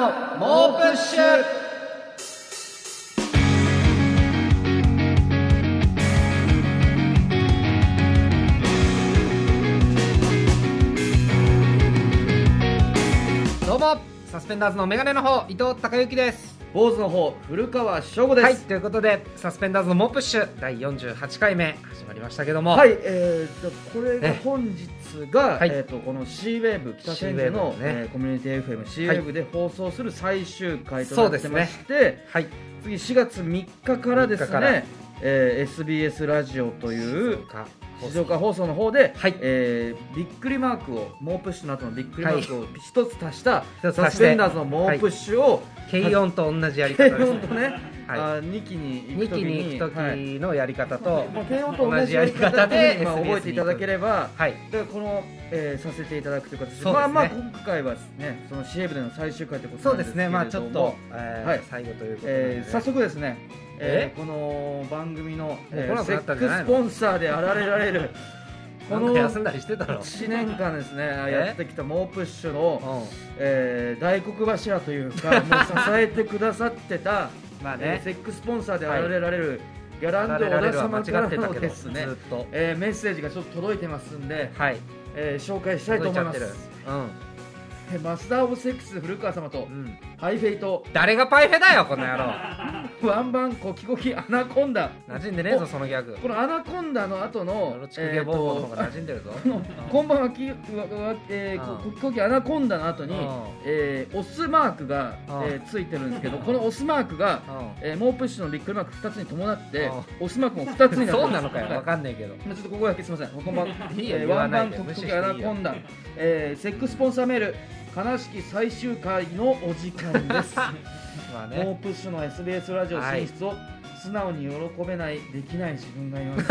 の猛プッシュ。どうもサスペンダーズのメガネの方伊藤孝之です。 坊主の方古川翔吾です。 はい、ということでサスペンダーズの猛プッシュ第48回目始まりましたけども、 はい、これが本日が、 はいこの C-WAVE 北千住の、 ねコミュニティ FM C-WAVE で放送する最終回とそうなってまですねして、 はい、 次4月3日からです 3日からね、SBS ラジオという静岡放放送の方で、 はいびっくりマークを猛プッシュの後のびっくりマークを一つ足した、 一つ足してサスペンダーズの猛プッシュを、 軽音と同じやり方です軽音とね、 はい 2期に 2期に行く時のやり方と、 軽音と同じやり方で覚えていただければ、 はい、 でこの、させていただくという形で、 そうですね、 まあ今回はですね、その CA 部での最終回ということそうでなんですすけれども、 ね、まあちょっと、 はい最後ということで、 早速ですね、この番組の、セックスポンサーであられられるこの休んだりしてたの 1年間ですねやってきた猛プッシュの、大黒柱というかもう支えてくださってたまあね、 セックスポンサーであられられる、ギャランド小田様からのですね、メッセージがちょっと届いてますんで、 はい、 紹介したいと思います。マスター・オブ・セックス古川様と、パイフェイと誰がパイフェだよこの野郎ワンバンコキコキアナコンダ、 馴染んでねえぞそのギャグ。 このアナコンダの後のチクゲボーボーの方が馴染んでるぞこんばんはコキコキアナコンダの後にオスマークがついてるんですけど、このオスマークが猛プッシュのビッグマーク2つに伴ってオスマークも2つになってます。 そうなのかよ、分かんないけど、 ちょっとここだけすみません。こんばんはワンバンコキコキアナコンダ、セックスポンサーメール悲しき最終回のお時間ですまあね、 猛プッシュの SBS ラジオ進出を素直に喜べないできない自分がいます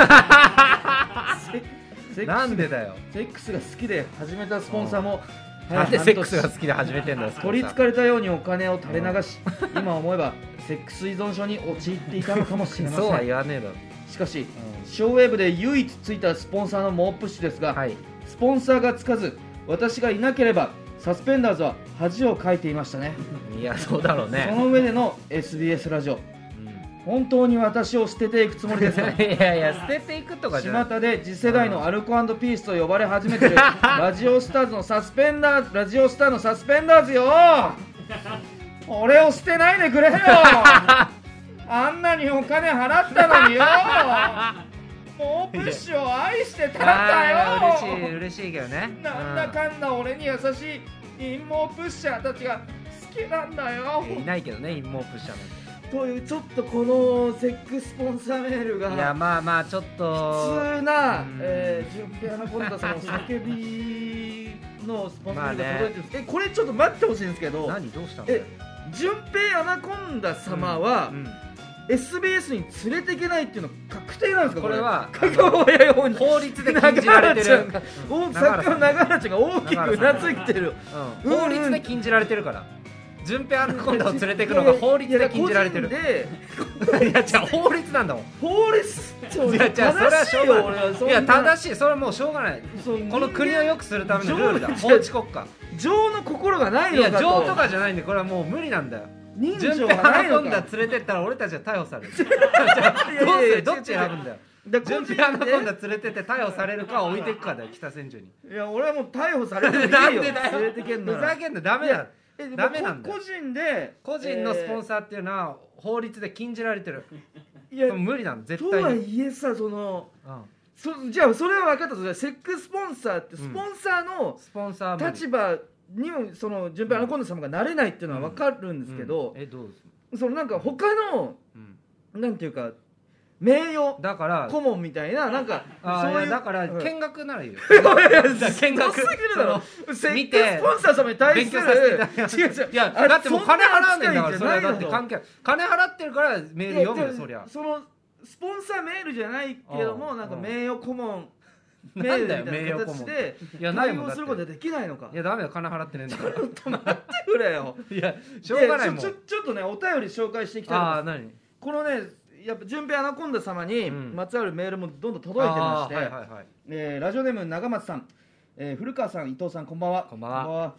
なんでだよ。 セックスが好きで始めたスポンサーも、 なんでセックスが好きで始めてんだよ。 取りつかれたようにお金を垂れ流し、今思えばセックス依存症に陥っていたのかもしれませんそうは言わねえだろ。 しかし、ショーウェーブで唯一ついたスポンサーの猛プッシュですが、スポンサーがつかず私がいなければサスペンダーズは恥をかいていましたね。 いやそうだろうね。 その上での SBS ラジオ、本当に私を捨てていくつもりですかいやいや捨てていくとかじゃない。 巷で次世代のアルコ&ピースと呼ばれ始めてるラジオスターのサスペンダーズよ俺を捨てないでくれよあんなにお金払ったのによ猛プッシュを愛してたんだよ。 嬉しいけどね。 なんだかんだ俺に優しい陰謀プッシャーたちが好きなんだよ。 いないけどね陰謀プッシャーなんて。 というちょっとこのセックスポンサーメールがいやまあまあちょっと普通な純平アナコンダさんの叫びのスポンサーメールが届いてるんです。これちょっと待ってほしいんですけど、 何どうしたの？ 純平アナコンダ様は、SBS に連れていけないっていうの確定なんですか？ これは法律で禁じられてる。作家の永原ちゃんが大きくうなずいてる。 法律で禁じられてるから。純平アナコンダを連れていくのが法律で禁じられてる。いやじゃあ法律なんだもん。 法律いやじゃあそれはしょうがない。いや正しい、それはもうしょうがない。この国を良くするためのルールだ。法治国家。 情の心がないのかと。 いや情とかじゃないんで、これはもう無理なんだよ。純平アナコンダ連れてったら俺たちは逮捕される。どうする？どっち選ぶんだよ。純平アナコンダ連れてって逮捕されるか置いていくかだよ、北千住に。 いや俺はもう逮捕されるのいいよ。 なんでだよ。 連れてけんなら。 ふざけんな、ダメだ。ダメなんだよ。個人のスポンサーっていうのは法律で禁じられてる。いや無理なの絶対に。 とはいえさ、そのじゃあそれは分かったぞ。セックスポンサーってスポンサーの立場にもその純平アナコンダ様がなれないっていうのは分かるんですけど、 どうそのなんか他のなんていうか名誉だから顧問みたいななんかそういうだから見学ならいいよ。 見学すぎるだろ。セックスポンサー様に対する違ういやだってもう金払わねえんだから。それはだって関係金払ってるからメール読むよそりゃ。 そのスポンサーメールじゃないけどもなんか名誉顧問メールみたいな形で対応することはできないのか。 いやダメだ、金払ってねえんだから。 ちょっと待ってくれよ。 いやしょうがないもん。 ちょっとねお便り紹介していきたいと思います。このねやっぱ純平アナコンダ様にまつわるメールもどんどん届いてまして、ラジオネーム長松さん、古川さん、伊藤さん、こんばんは。 こんばんは。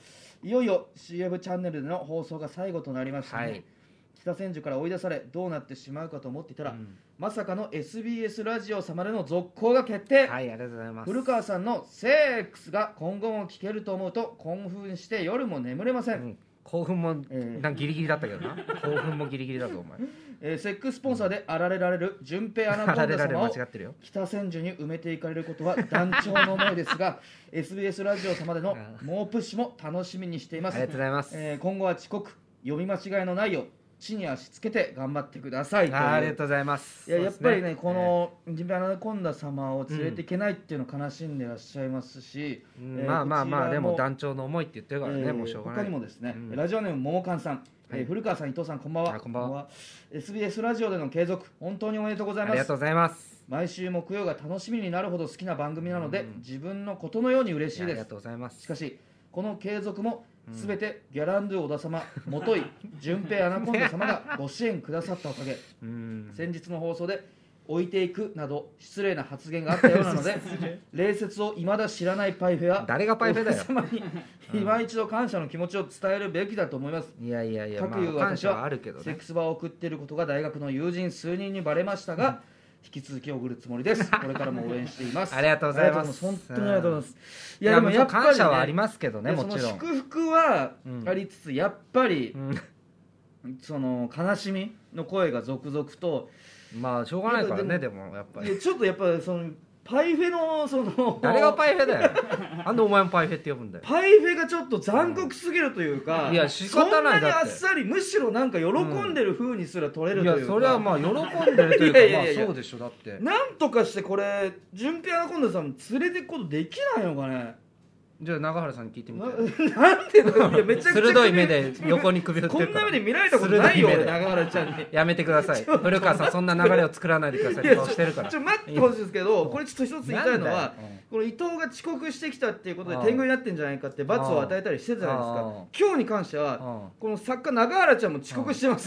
いよいよ CM チャンネルでの放送が最後となりましたね、北千住から追い出されどうなってしまうかと思っていたら、まさかの SBS ラジオ様での続行が決定。 はい、ありがとうございます。 古川さんのセックスが今後も聞けると思うと興奮して夜も眠れません、 興奮もギリギリだったけどな興奮もギリギリだぞお前、 セックススポンサーであられられる順平アナコンダ様を間違ってるよ。 北千住に埋めていかれることは断腸の思いですがSBS ラジオ様での猛プッシュも楽しみにしています。 ありがとうございます。 今後は遅刻読み間違いのないよう地に足つけて頑張ってください。 ありがとうございます。 やっぱりね、この順平アナコンダ様を連れていけないっていうのを悲しんでらっしゃいますし、 まあまあまあでも団長の思いって言ってるからね、もうしょうがない。 他にもですね、ラジオネームももかんさん、古川さん伊藤さんこんばんは。 こんばんは。 SBS ラジオでの継続本当におめでとうございます。 ありがとうございます。 毎週木曜が楽しみになるほど好きな番組なので、自分のことのように嬉しいです。 ありがとうございます。 しかしこの継続もすべてギャランドゥ小田様もとい順平アナコンダ様がご支援くださったおかげ。先日の放送で置いていくなど失礼な発言があったようなので礼節を未だ知らないパイフェは誰がパイフェだよ小田様に今一度感謝の気持ちを伝えるべきだと思います。 いやいやいや、 各いう私はセックス場を送っていることが大学の友人数人にバレましたが引き続き送るつもりです。これからも応援しています。 ありがとうございます。 本当にありがとうございます。 いやでもやっぱり、ね、感謝はありますけどね、もちろん。 その祝福はありつつ、やっぱり、その悲しみの声が続々と、 まあしょうがないからね。でもやっぱりちょっとやっぱりそのパイフェのその誰がパイフェだよなんでお前もパイフェって呼ぶんだよ。 パイフェがちょっと残酷すぎるというか、 いや仕方ない。 そんなにあっさりむしろなんか喜んでる風にすら取れるというか、 いやそれはまあ喜んでるというかまあそうでしょ。だってなんとかしてこれ順平アナコンダさん連れていくことできないのかね。 じゃあ永原さんに聞いてみて。 なんでだよ。いやめちゃくちゃ鋭い目で横に首振ってるから。 こんな目で見られたことないよ俺永原ちゃんに。 やめてください。古川さんそんな流れを作らないでくださいって顔してるから。 待ってほしいですけど、これちょっと一つ言いたいのは、この伊藤が遅刻してきたっていうことで天狗になってんじゃないかって罰を与えたりしてたじゃないですか。今日に関してはこの作家永原ちゃんも遅刻してます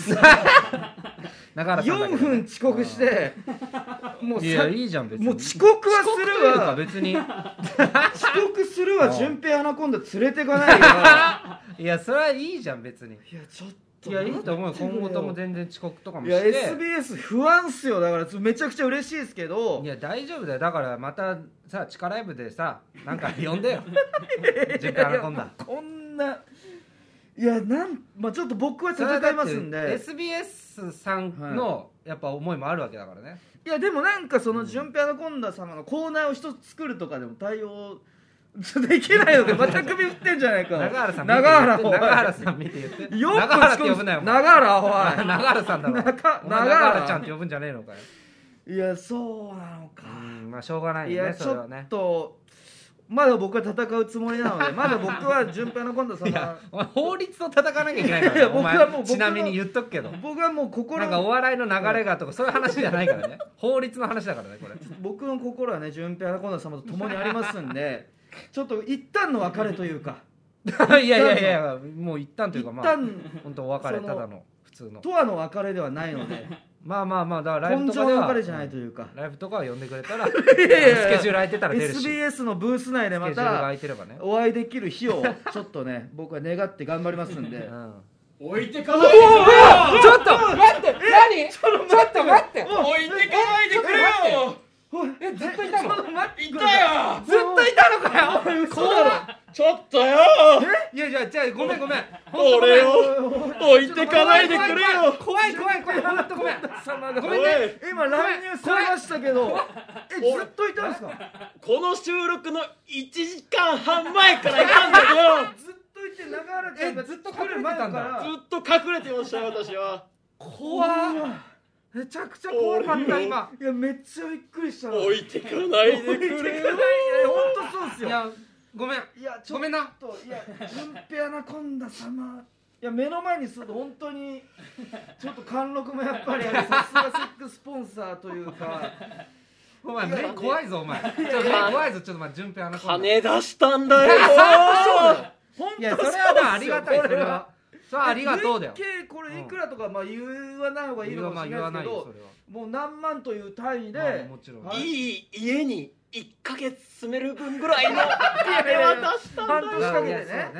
。4分遅刻してもういやいいじゃん別に。 もう遅刻はするわ別に。 遅刻するわ順平アナコンダ連れてかないからいやそれはいいじゃん別に。 いやちょっといやいいと思うよ。今後とも全然遅刻とかもして。 いや SBS 不安っすよ。だからめちゃくちゃ嬉しいですけど。 いや大丈夫だよ。だからまたさ地下ライブでさなんか呼んでよ順平アナコンダ。 こんないやまあちょっと僕は戦いますんで。 SBS さんのやっぱ思いもあるわけだからね。 いやでもなんかその順平アナコンダ様のコーナーを一つ作るとかでも対応できないのでまた首振ってんじゃないか。 永原さん永原さん見て言って。 永原って呼ぶなよ。 永原おい永原さんだわ。永原ちゃんって呼ぶんじゃねえのかよ。 いやそうなのか。 まあしょうがないよね。 いやちょっとまだ僕は戦うつもりなので、まだ僕は順平アナコンダ様法律と戦わなきゃいけないからね。僕はもうちなみに言っとくけど、 僕はもう心なんかお笑いの流れがとかそういう話じゃないからね。法律の話だからねこれ。 僕の心はね順平アナコンダ様と共にありますんでちょっと一旦の別れというかいやいやもう一旦というかまあ本当お別れただの普通のとはの別れではないのでまあだからライブとかでは根性の別れじゃないというか、 ライブとかは呼んでくれたらスケジュール空いてたら出るし SBS のブース内でまたお会いできる日をちょっとね僕は願って頑張りますんで、 置いてかないでくれよ。 ちょっと待って何ちょっと待って置いてかないでくれよ。 ずっといたの？ いたよ。 ずっといたのかよ。 ちょっとよ。 いやじゃあごめん俺を置いてかないでくれよ。 怖い本当ごめんね。 今乱入されましたけどずっといたんですか？ この収録の1時間半前からいたんだよ。 ずっといて永原ちゃんがずっと隠れてたんだ。 ずっと隠れてましたよ私は。 怖っ。めちゃくちゃ怖かった今。 いやめっちゃびっくりした。 置いてかないでくれよ。 本当そうっすよ。 いやごめん。 いやごめんな。 いや順平アナコンダ様。いや目の前にすると本当にちょっと貫禄もやっぱりある。さすがセックススポンサーというか。 お前目怖いぞお前。目怖いぞちょっと待って順平アナコンダ。 金出したんだよ。 いやそれはありがたいそれは。それはありがとうだよ。 これいくらとかまあ言わない方がいいのかもしれないですけど、もう何万という単位でいい家に1ヶ月住める分ぐらいの金は出したんだよ。 半年かけてね。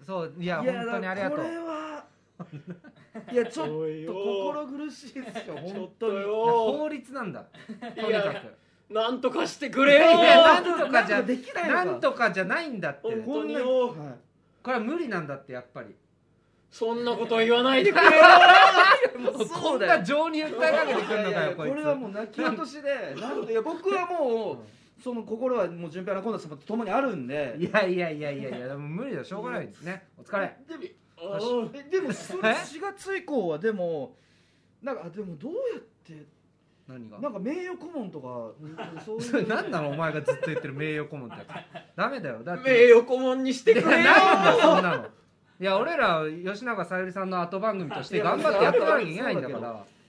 そういや本当にありがとう。 これはいやちょっと心苦しいですよ本当に。 法律なんだとにかく。 なんとかしてくれよ。 なんとかじゃできないのか。 なんとかじゃないんだって。 本当によ。 これは無理なんだってやっぱり。 そんなこと言わないでくれよ。 こんな情に訴えかけてくるのかよこいつ。 これはもう泣き落としでなんでいや僕はもうその心はもう順平アナコンダ様と共にあるんで。 いやでも無理だしょうがないですね。お疲れ。 でもそれ4月以降はでもなんかでもどうやって何がなんか名誉顧問とかそういう何なのお前がずっと言ってる名誉顧問ってやつ。ダメだよだって名誉顧問にしてくれよ。 ないんだそんなの。いや俺ら吉永小百合さんの後番組として頑張ってやっていかなきゃいけないんだから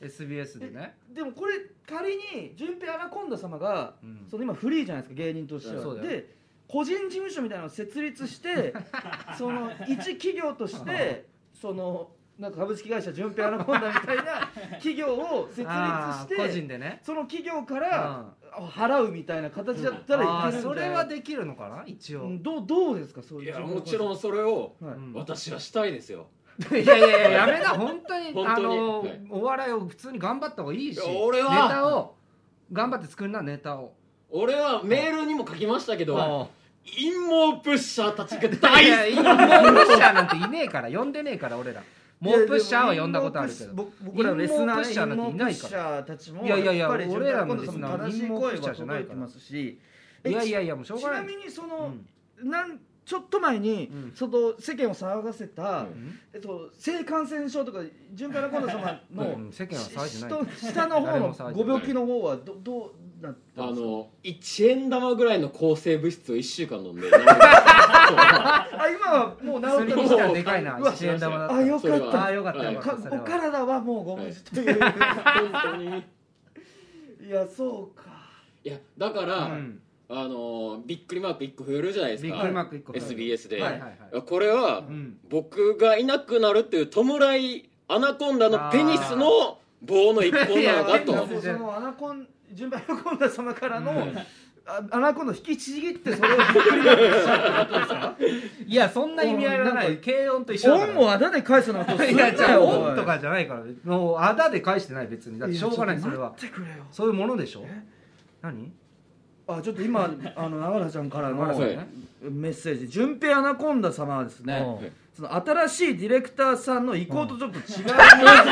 SBS でね。 でもこれ仮に順平アナコンダ様が、その今フリーじゃないですか芸人としては。で個人事務所みたいなのを設立してその一企業としてそのなんか株式会社順平アナコンダみたいな企業を設立して個人でねその企業から払うみたいな形だったらいけるんじゃない。 それはできるのかな一応。 どうですかそういう。 いやもちろんそれを私はしたいですよ。 いややめな本当にお笑いを普通に頑張った方がいいし俺はネタを頑張って作るなネタを。 俺はメールにも書きましたけど陰謀プッシャーたちが大好き。 陰謀プッシャーなんていねえから呼んでねえから俺ら。もうプッシャーは呼んだことあるけど僕らのレスナープッシャーなんていないから。 たちもいやぱり俺らのレスナー正しい声は届いてますし。 いやもうしょうがない。 ちなみにそのちょっと前にその世間を騒がせた性感染症とか順平アナコンダ様の下の方のご病気の方はどうなったんですか。 1円玉ぐらいの抗生物質を1週間飲んで。 今はもう治ったにしたらでかいな1円玉だった。 よかったよかった。 お体はもうご無事という。 本当に。 いやそうか。 いやだからびっくりマーク1個増えるじゃないですか。 びっくりマーク1個 SBS で。これは僕がいなくなるっていう弔いアナコンダのペニスの棒の1本なのかと。 その順平アナコンダ様からのアナコンダを引きちぎってそれをびっくりマークしたってことですか。 いやそんな意味合いはない。軽音と一緒だから。 音をあだで返すのと。 いやじゃあ音とかじゃないからもうあだで返してない別に。だってしょうがないそれは。そういうものでしょ。何ちょっと今永原ちゃんからのメッセージ。順平アナコンダ様はですねその新しいディレクターさんの意向とちょっと違う。ふざけんなよ。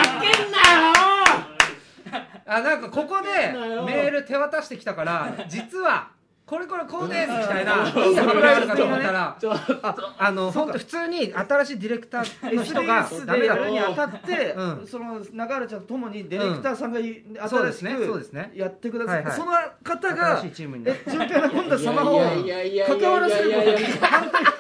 なんかここでメール手渡してきたから実はこれこうですみたいなサプライズかと思ったら本当普通に新しいディレクターの人がダメだったに当たってその永原ちゃんと共にディレクターさんが新しくやってください。その方が順平アナコンダ様を関わらせることに反対。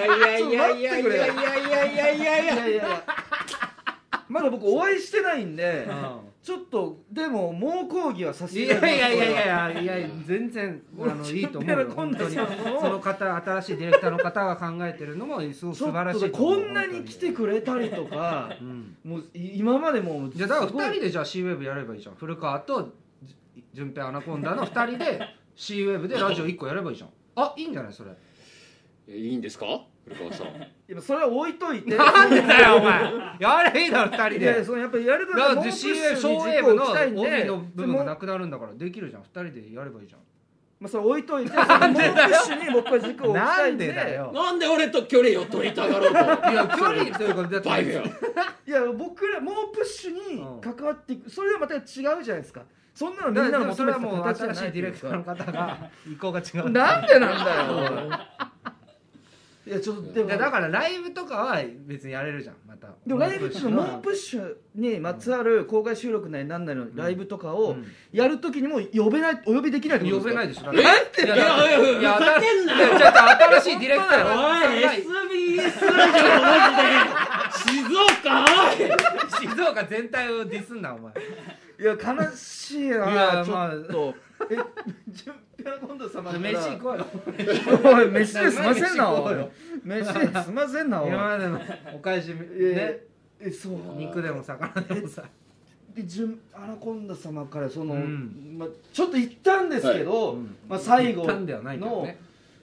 いやまだ僕お会いしてないんでちょっとでも猛抗議はさせて。 いや全然いいと思うよ本当に。その方新しいディレクターの方が考えてるのもすごく素晴らしい。 こんなに来てくれたりとかもう今までもじゃあだから2人でじゃあ C ウェブやればいいじゃん。古川と順平アナコンダの2人で C ウェブでラジオ1個やればいいじゃん。いいんじゃないそれ。 いいんですか古川さん。 今それは置いといて。 なんでだよお前。やれいいだろ2人で。 やっぱりやるとだってシーウェブショーウェブの帯の部分がなくなるんだからできるじゃん。2人でやればいいじゃん。 それ置いといて。なんでだよ。モープッシュに僕は軸を置きたいんで。 なんで俺と距離を取りたがろうと。 いや距離というかだっていや僕らモープッシュに関わっていく。それはまた違うじゃないですか。そんなのみんなの求めてた形じゃない。 新しいディレクターの方が意向が違う。 なんでなんだよ。いやちょっとでもだからライブとかは別にやれるじゃんまた。 でもライブっていうのモープッシュにまつわる公開収録なりなんなりのライブとかをやるときにもお呼びできないってことですか。 呼べないでしょ。 なんていやふざけんなよ。 ちょっと新しいディレクター。 おい SBS ラジオのマジで静岡静岡全体をディスんなお前。 いや悲しいなちょっと。順平アナコンダ様から飯行こうよ。 おい飯で済ませんなおい。飯で済ませんなおい。 今までのお返しね。 そう肉でも魚でもさ。 でアナコンダ様からそのちょっと言ったんですけど最後の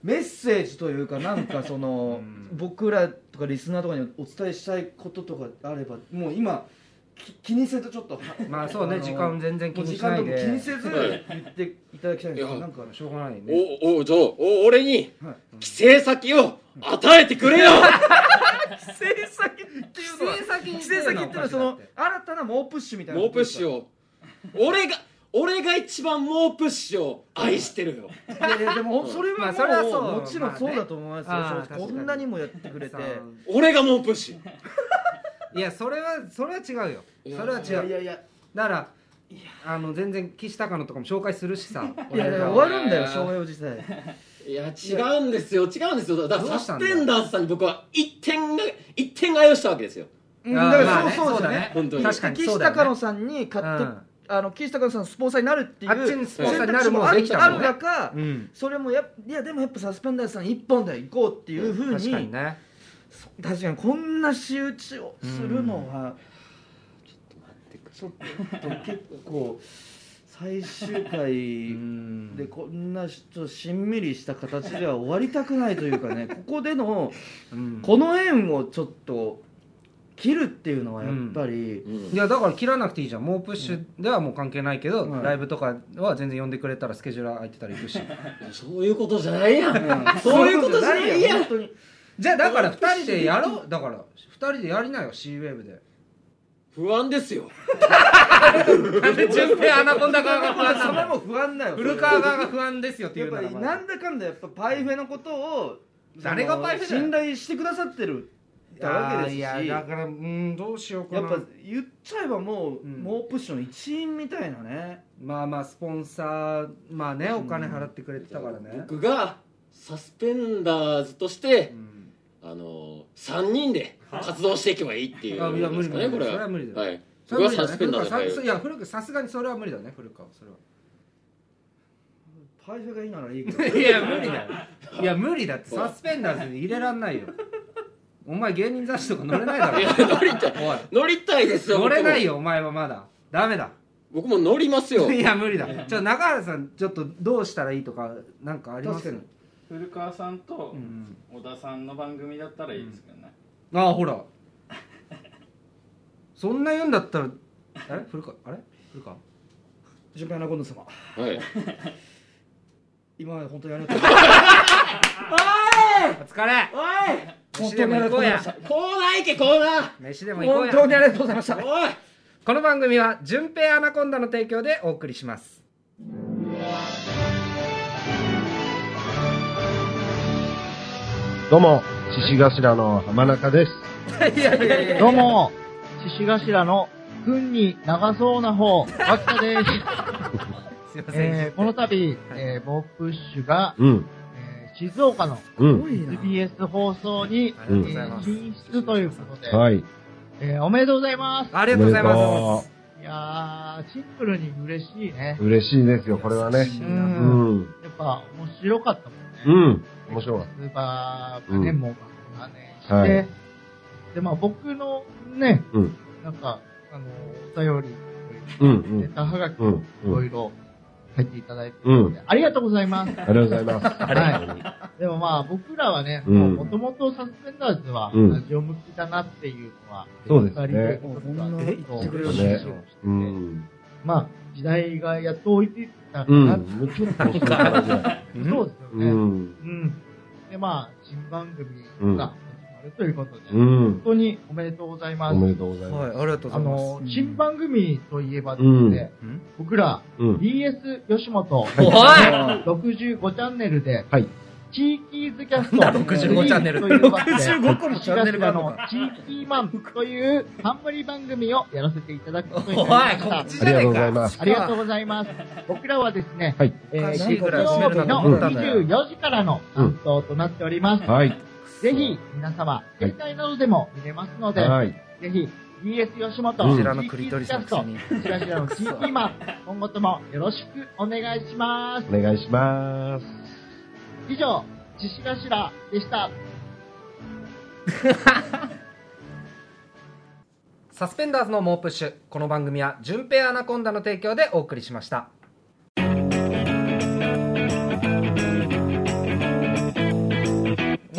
メッセージというかなんかその僕らとかリスナーとかにお伝えしたいこととかあればもう今気にせずちょっとまあそうね時間全然気にしないで時間とか気にせず言っていただきたいんですけどなんかしょうがないね俺に帰省先を与えてくれよ帰省先っていうのは帰省先っていうのはその新たな猛プッシュみたいな猛プッシュを俺が一番猛プッシュを愛してるよ。 いやでもそれはそれはそうもちろんそうだと思いますよ。こんなにもやってくれて俺が猛プッシュいやそれは違うよ。それは違う。 いやだから全然岸高野とかも紹介するしさいや終わるんだよ昭和時代。 いや違うんですよだからサスペンダーズさんに僕は1点買いをしたわけですよ。 だからそうだね本当に確かに岸高野さんに買って岸高野さんのスポンサーになるっていうあっちにスポンサーになるもんできたあもんね。 る中それもいやでもやっぱサスペンダーズさん一本で行こうっていうふうに確かにね確かにこんな仕打ちをするのはちょっと結構最終回でこんなちょっとしんみりした形では終わりたくないというかねここでのこの縁をちょっと切るっていうのはやっぱり、 いやだから切らなくていいじゃん。猛プッシュではもう関係ないけど、ライブとかは全然呼んでくれたらスケジュール空いてたら行くしそういうことじゃないやんそういうことじゃないやん本当に。 じゃあだから2人でやろう。だから2人でやりなよ C ウェーブで。 不安ですよなんで順平アナコンダ側が不安なの。 それも不安だよ。 古川側が不安ですよっていやっぱうのりなんだかんだやっぱパイフェのことを誰がパイフェだよ信頼してくださってるわけですし、 いやだからどうしようかな。 やっぱ言っちゃえばもう猛プッシュの一員みたいなね。 まあスポンサーまあねお金払ってくれてたからね。 僕がサスペンダーズとして3人で活動していけばいいっていういや無理ですかねこれは。 それは無理だよ。 はい僕はサスペンダーズでいや古くさすがにそれは無理だね古川それは。 パイフェがいいならいいけどいや無理だよ。いや無理だってサスペンダーズに入れらんないよ。お前芸人雑誌とか乗れないだろ。 いや乗りたいですよ。 乗れないよお前はまだダメだ。 僕も乗りますよ。 いや無理だ。中原さんちょっとどうしたらいいとかなんかありますか。 古川さんと小田さんの番組だったらいいですけどね。 ああほらそんな言うんだったら古川順平アナコンダ様はい今まで本当にありがとうございまお疲れ。 おい飯でも行こうや。 コーナー行けコーナー飯でも行こうや。 本当にありがとうございましたおいこの番組は順平アナコンダの提供でお送りします。 どうも獅子頭の浜中です。 どうも、獅子頭の糞に長そうな方、脇田です。 すいません。 この度、ボープッシュが、静岡の SBS 放送に、進出ということで、 はい。 おめでとうございます。 ありがとうございます。 いやー、シンプルに嬉しいね。 嬉しいですよ、これはね。 やっぱ面白かったもんね。 面白かった。 スーパーがね、もう真似して、で、まあ僕のね、なんか、お便り、ネタはがきをいろいろ入っていただいてるので、ありがとうございます。 ありがとうございます。 はい。でもまあ僕らはね、もともとサスペンダーズはラジオ向きだなっていうのは、 そうですね。 まあ時代がやっと置いていったかな。 ちょっとそういう感じだ。 そうですよね。でまあ新番組がということで、本当におめでとうございます。 おめでとうございます。 はい、ありがとうございます。 新番組といえばですね、僕ら BS 吉本65チャンネルで、チーキーズキャスト 65チャンネル 65個もチャンネルがのチーキーマンという冠番組をやらせていただくことになりました。 ありがとうございます。 ありがとうございます。僕らはですね、 月曜日の24時からの担当となっております。ぜひ皆様、携帯などでも見れますので、ぜひ BS 吉本チーキーズキャスト、こちらのチーキーマン、今後ともよろしくお願いします。 お願いします。 以上、獅子頭でした。 サスペンダーズの猛プッシュ。この番組は順平アナコンダの提供でお送りしました。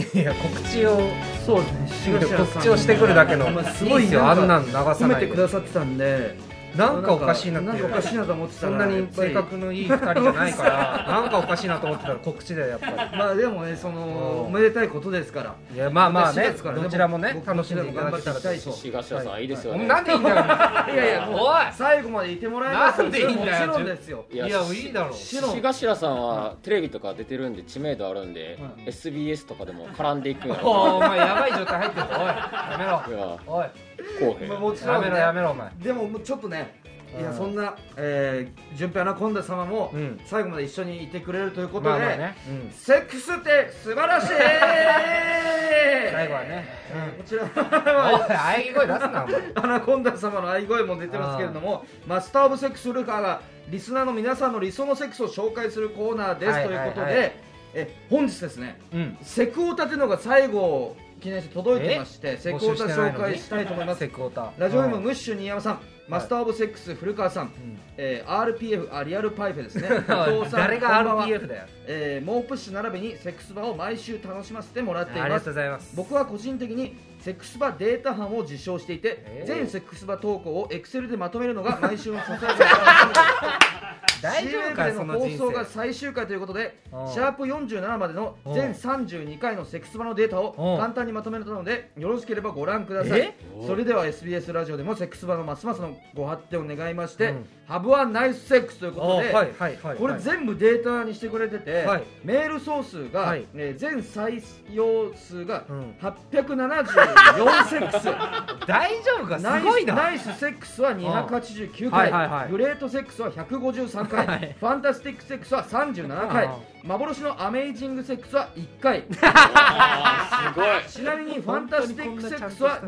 いや告知をそうですね、 告知をしてくるだけのすごいですよ、あんなん流さない褒めてくださってたんで、 なんかおかしいなってなんかおかしいなと思ってたら、 そんなに性格のいい2人じゃないからなんかおかしいなと思ってたら告知だよやっぱり。 まあでもね、そのおめでたいことですから、 いやまあまあね、 からねどちらもね楽しんでいただけたらと。 志頭さんいいですよね。 なんでいいんだよ。 いやいや、もう最後までいてもらいますよ。 なんでいいんだよ。 もちろんですよ。 いやいいだろう。 志頭さんはテレビとか出てるんで知名度あるんで、SBS とかでも絡んでいくんやろ。 お前やばい状態入ってるぞ。おいやめろ。おいこうへん。 もちろんね、 やめろお前。 でもちょっとね。いや、そんな順平アナコンダ様も最後まで一緒にいてくれるということで、セックスって素晴らしい。 最後はね、 こちら喘ぎ声出すなお前。 アナコンダ様の喘ぎ声も出てますけれども、マスターオブセックスルカーがリスナーの皆さんの理想のセックスを紹介するコーナーですということで、本日ですね、セクオタというのが最後記念して届いてまして、セクオタ紹介したいと思います。ラジオネームムッシュ新山さん、マスターオブセックス古川さん、RPF リアルパイプですね。 誰が RPF だよ。 猛プッシュ並びにセックスバーを毎週楽しませてもらっています。 ありがとうございます。 僕は個人的にセックスバーデータ班を受賞していて、全セックスバー投稿をエクセルでまとめるのが毎週の支えで大丈夫か、その人生。 放送が最終回ということで、シャープ47までの全32回のセックスバーのデータを簡単にまとめたので、よろしければご覧ください。それでは SBS ラジオでもセックスバーのますますのご発展を願いまして、ハブはナイスセックスということで、これ全部データにしてくれてて、メール総数が全採用数が874セックス。 大丈夫か、すごいな。 ナイスセックスは289回、グレートセックスは153回、ファンタスティックセックスは37回、幻のアメイジングセックスは1回。 すごい。 ちなみにファンタスティックセックスは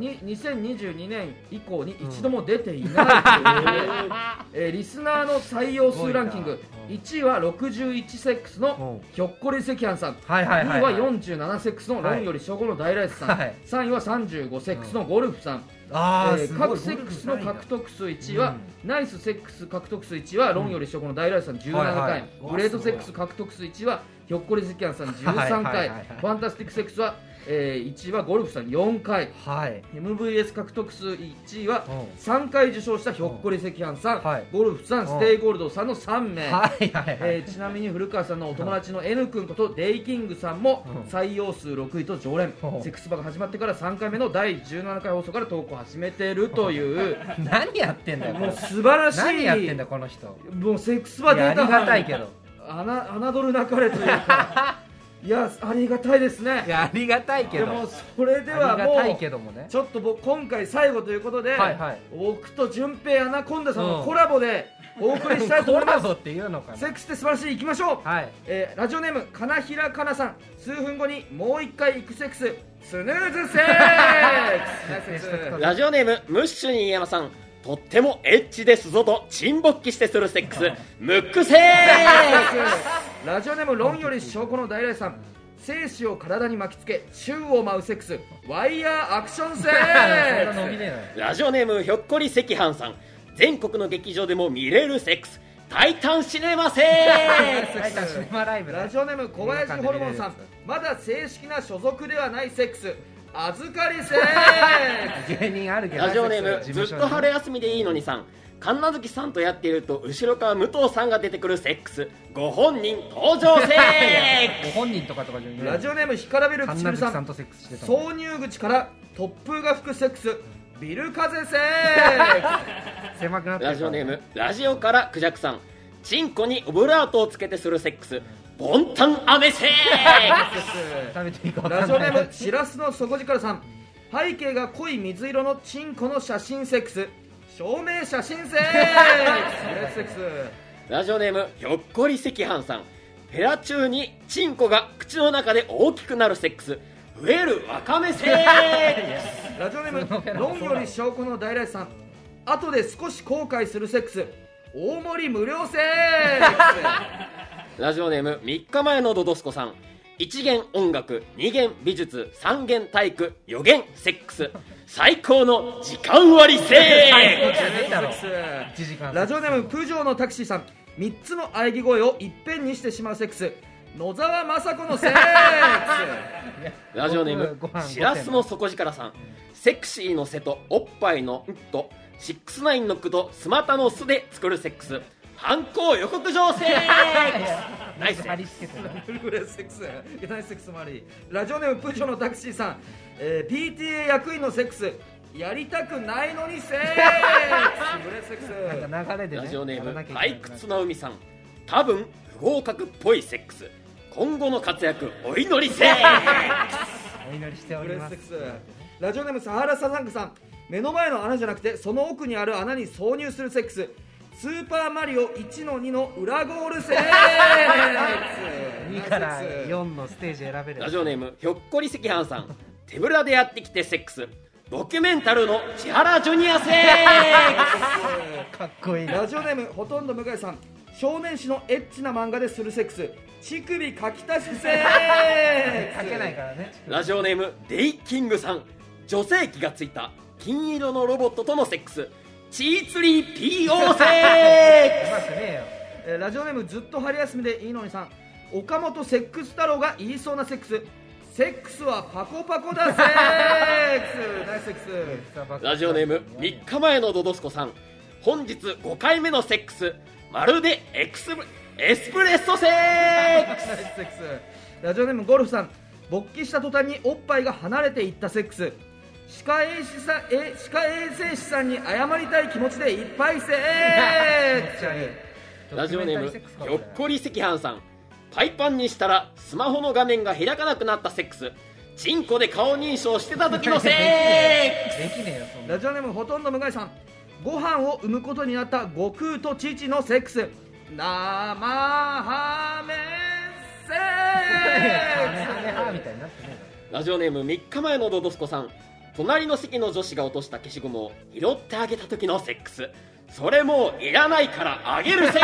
2022年以降に一度も出ていないという、リスナーの採用数ランキング、1位は61セックスのひょっこり赤飯さん、2位は47セックスの論より初号の大ライスさん、3位は35セックスのゴルフさん、各セックスの獲得数1位は、ナイスセックス獲得数1位は論より初号の大ライスさん17回、グレートセックス獲得数1位はひょっこり赤飯さん13回、ファンタスティックセックスは1位はゴルフさん4回、MVS 獲得数1位は3回受賞したひょっこり赤飯さん、ゴルフさん、ステイゴールドさんの3名、ちなみに古川さんのお友達の N 君ことデイキングさんも採用数6位と常連、セックスバーが始まってから3回目の第17回放送から投稿を始めているという何やってんだよ、 もう素晴らしい、 何やってんだこの人。 もうセックスバーデータありがたいけど、 侮るなかれというかいや、ありがたいですね。 いや、ありがたいけど、 でもそれではもうちょっと僕今回最後ということで、僕と順平アナコンダさんのコラボでお送りしたいと思います。 コラボっていうのかな。 セックスって素晴らしい、行きましょう。ラジオネーム金平かなさん、数分後にもう一回行くセックス、スヌーズセックス。 ラジオネームムッシュ新山さん、とってもエッチですぞと沈没期してするセックス、ムックセックス。ラジオネーム論より証拠の大来さん、精子を体に巻きつけ宙を舞うセックス、ワイヤーアクションセックス。ラジオネームひょっこり赤飯さん、全国の劇場でも見れるセックス、タイタンシネマセックス。 ラジオネーム小林ホルモンさん、まだ正式な所属ではないセックス、預かりセックス。 芸人あるけど。 ラジオネームずっと春休みでいいのにさん、神奈月さんとやっていると後ろから武藤さんが出てくるセックス、ご本人登場セックス。 ご本人とかじゃない。 ラジオネーム干からびる唇さん、挿入口から突風が吹くセックス、ビル風セックス。狭くなってる。 ラジオネームラジオからクジャクさん、チンコにオブラートをつけてするセックス、ボンタンアメセックス。ラジオネームしらすの底力さん、背景が濃い水色のチンコの写真セックス、証明写真セックス。 ラジオネームひょっこり赤飯さん、フェラ中にチンコが口の中で大きくなるセックス、増えるわかめセックス。ラジオネーム論より証拠の大来さん、後で少し後悔するセックス、大盛り無料セックス。ラジオネーム3日前のドドスコさん、1限音楽、2限美術、3限体育、4限セックス、最高の時間割セックス。 ラジオネームプジョーのタクシーさん、3つの喘ぎ声をいっぺんにしてしまうセックス、 野沢雅子のセックスラジオネームしらすの底力さん、セクシーの背とおっぱいのんと69のくとスマタの巣で作るセックス、犯行予告状セックスナイス貼り付けてるフルセックスナイスセックスもあり。ラジオネームプジョのタクシーさん、PTA 役員のセックスやりたくないのにセックスブレセックスなんか流れで、ね、 ラジオネーム退屈な海さん、多分不合格っぽいセックス、今後の活躍お祈りセックスお祈りしております。 ラジオネームサハラサザンクさん、目の前の穴じゃなくてその奥にある穴に挿入するセックス、スーパーマリオ 1-2 の裏ゴールセックス 2から4のステージ選べる。 ラジオネームひょっこり赤飯さん、手ぶらでやってきてセックス、ドキュメンタルの千原ジュニアセックスかっこいい。 ラジオネームほとんど向井さん、少年誌のエッチな漫画でするセックス、乳首かき足しセックス書けないからね。 ラジオネームデイキングさん、女性器がついた金色のロボットとのセックス、チーツリー PO セックスラジオネームずっと春休みでいいのにさん、岡本セックス太郎が言いそうなセックス、セックスはパコパコだセックスナイスセックス。 ラジオネーム3日前のドドスコさん、本日5回目のセックス、まるでエスプレッソセックスナイスセックス。ラジオネームゴルフさん、勃起した途端におっぱいが離れていったセックス、歯科衛生士さんに謝りたい気持ちでいっぱいセックスラジオネームひょっこり赤飯さん、パイパンにしたらスマホの画面が開かなくなったセックス、チンコで顔認証してた時のセックスできねえよそんな。 ラジオネームほとんど向井さん、ご飯を産むことになった悟空と父のセックス、生ハメセックスみたいになってね。 ラジオネーム3日前のドドスコさん、隣の席の女子が落とした消しゴムを拾ってあげた時のセックス、それもういらないからあげるセック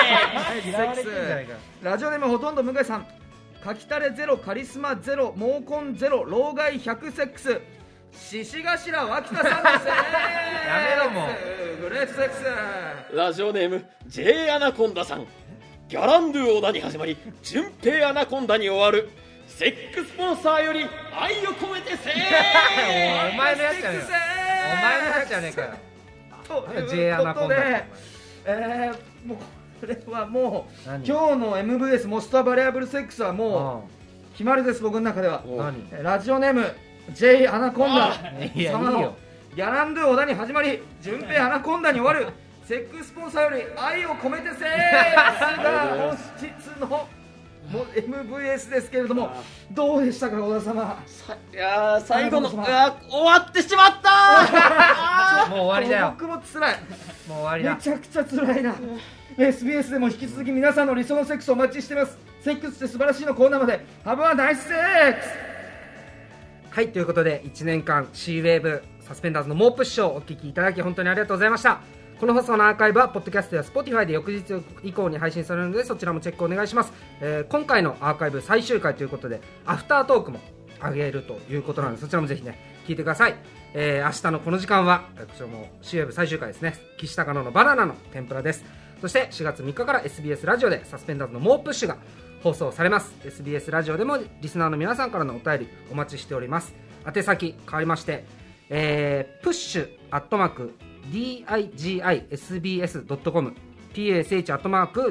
スラジオネームほとんど向井さん、かきたれゼロ、カリスマゼロ、毛根ゼロ、老害100セックス、獅子頭脇田さんのセックスやめろもうグレートセックス。 ラジオネーム J アナコンダさん、ギャランドゥ小田に始まり順平アナコンダに終わる、セックスポンサーより愛を込めてセックスお前のやつじゃねえか。お前のやつじゃねえかよ。J アナコンダ。 もうこれはもう今日の MVS モストバリアブルセックスはもう決まりです、僕の中では。ラジオネーム J アナコンダ様のギャランドゥ小田に始まり順平アナコンダに終わる、セックスポンサーより愛を込めてセックスが本日のMVS ですけれども、どうでしたか小田様。 いや最後の終わってしまったもう終わりだよ。 僕も辛い、 もう終わりだ。 めちゃくちゃ辛いな。SBS でも引き続き皆さんの理想のセックスをお待ちしてます。セックスって素晴らしいのコーナーまでハブはナイスセックス。 はい、ということで1年間 C ウェーブサスペンダーズの猛プッシュをお聞きいただき本当にありがとうございました。この放送のアーカイブはポッドキャストや Spotify で翌日以降に配信されるので、そちらもチェックお願いします。今回のアーカイブ最終回ということでアフタートークも上げるということなので、そちらもぜひね聞いてください。明日のこの時間はこちらも C ウェーブ最終回ですね。岸高野のバナナの天ぷらです。そして4月3日から SBS ラジオでサスペンダーズの猛プッシュが放送されます。 SBS ラジオでもリスナーの皆さんからのお便りお待ちしております。宛先変わりまして、プッシュアットマークdigisbs.com push アットマーク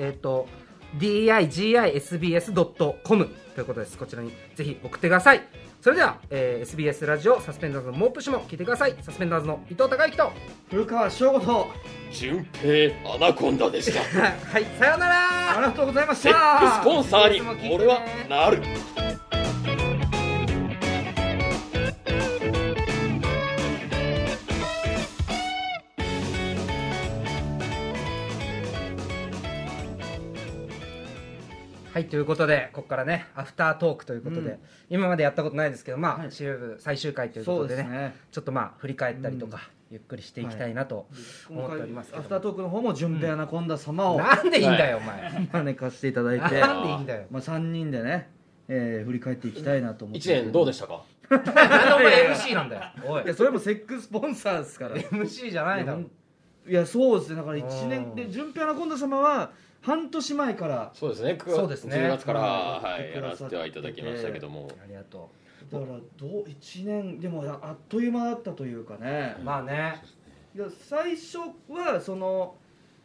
digisbs.com ということです。こちらにぜひ送ってください。それでは、SBS ラジオサスペンダーズの猛プッシュも聞いてください。サスペンダーズの伊藤孝之と古川翔吾と順平アナコンダでしたはい、さようなら。 ありがとうございましセックた。 スポンサーに俺はなる。 はい、ということでここからねアフタートークということで、今までやったことないですけど、まあ、シーブ最終回ということで ねちょっとまあ振り返ったりとか、ゆっくりしていきたいなと思っておりますけど、 アフタートークの方も順平アナコンダ様を、 なんでいいんだよお前招かせていただいて、 なんでいいんだよ、 まあ、3人でね、振り返っていきたいなと思って。 1年どうでしたか。 なんでお前 MC なんだよ。おいいやそれもセックススポンサーですから MC じゃないだろ。 いやそうですね、だから1年で純平アナコンダ様は半年前からそうですね、 そうですね 10月から、 はいやらせてはいただきましたけども、 ありがとだから1年でもあっという間だったというかね、 まあね、 いや最初はその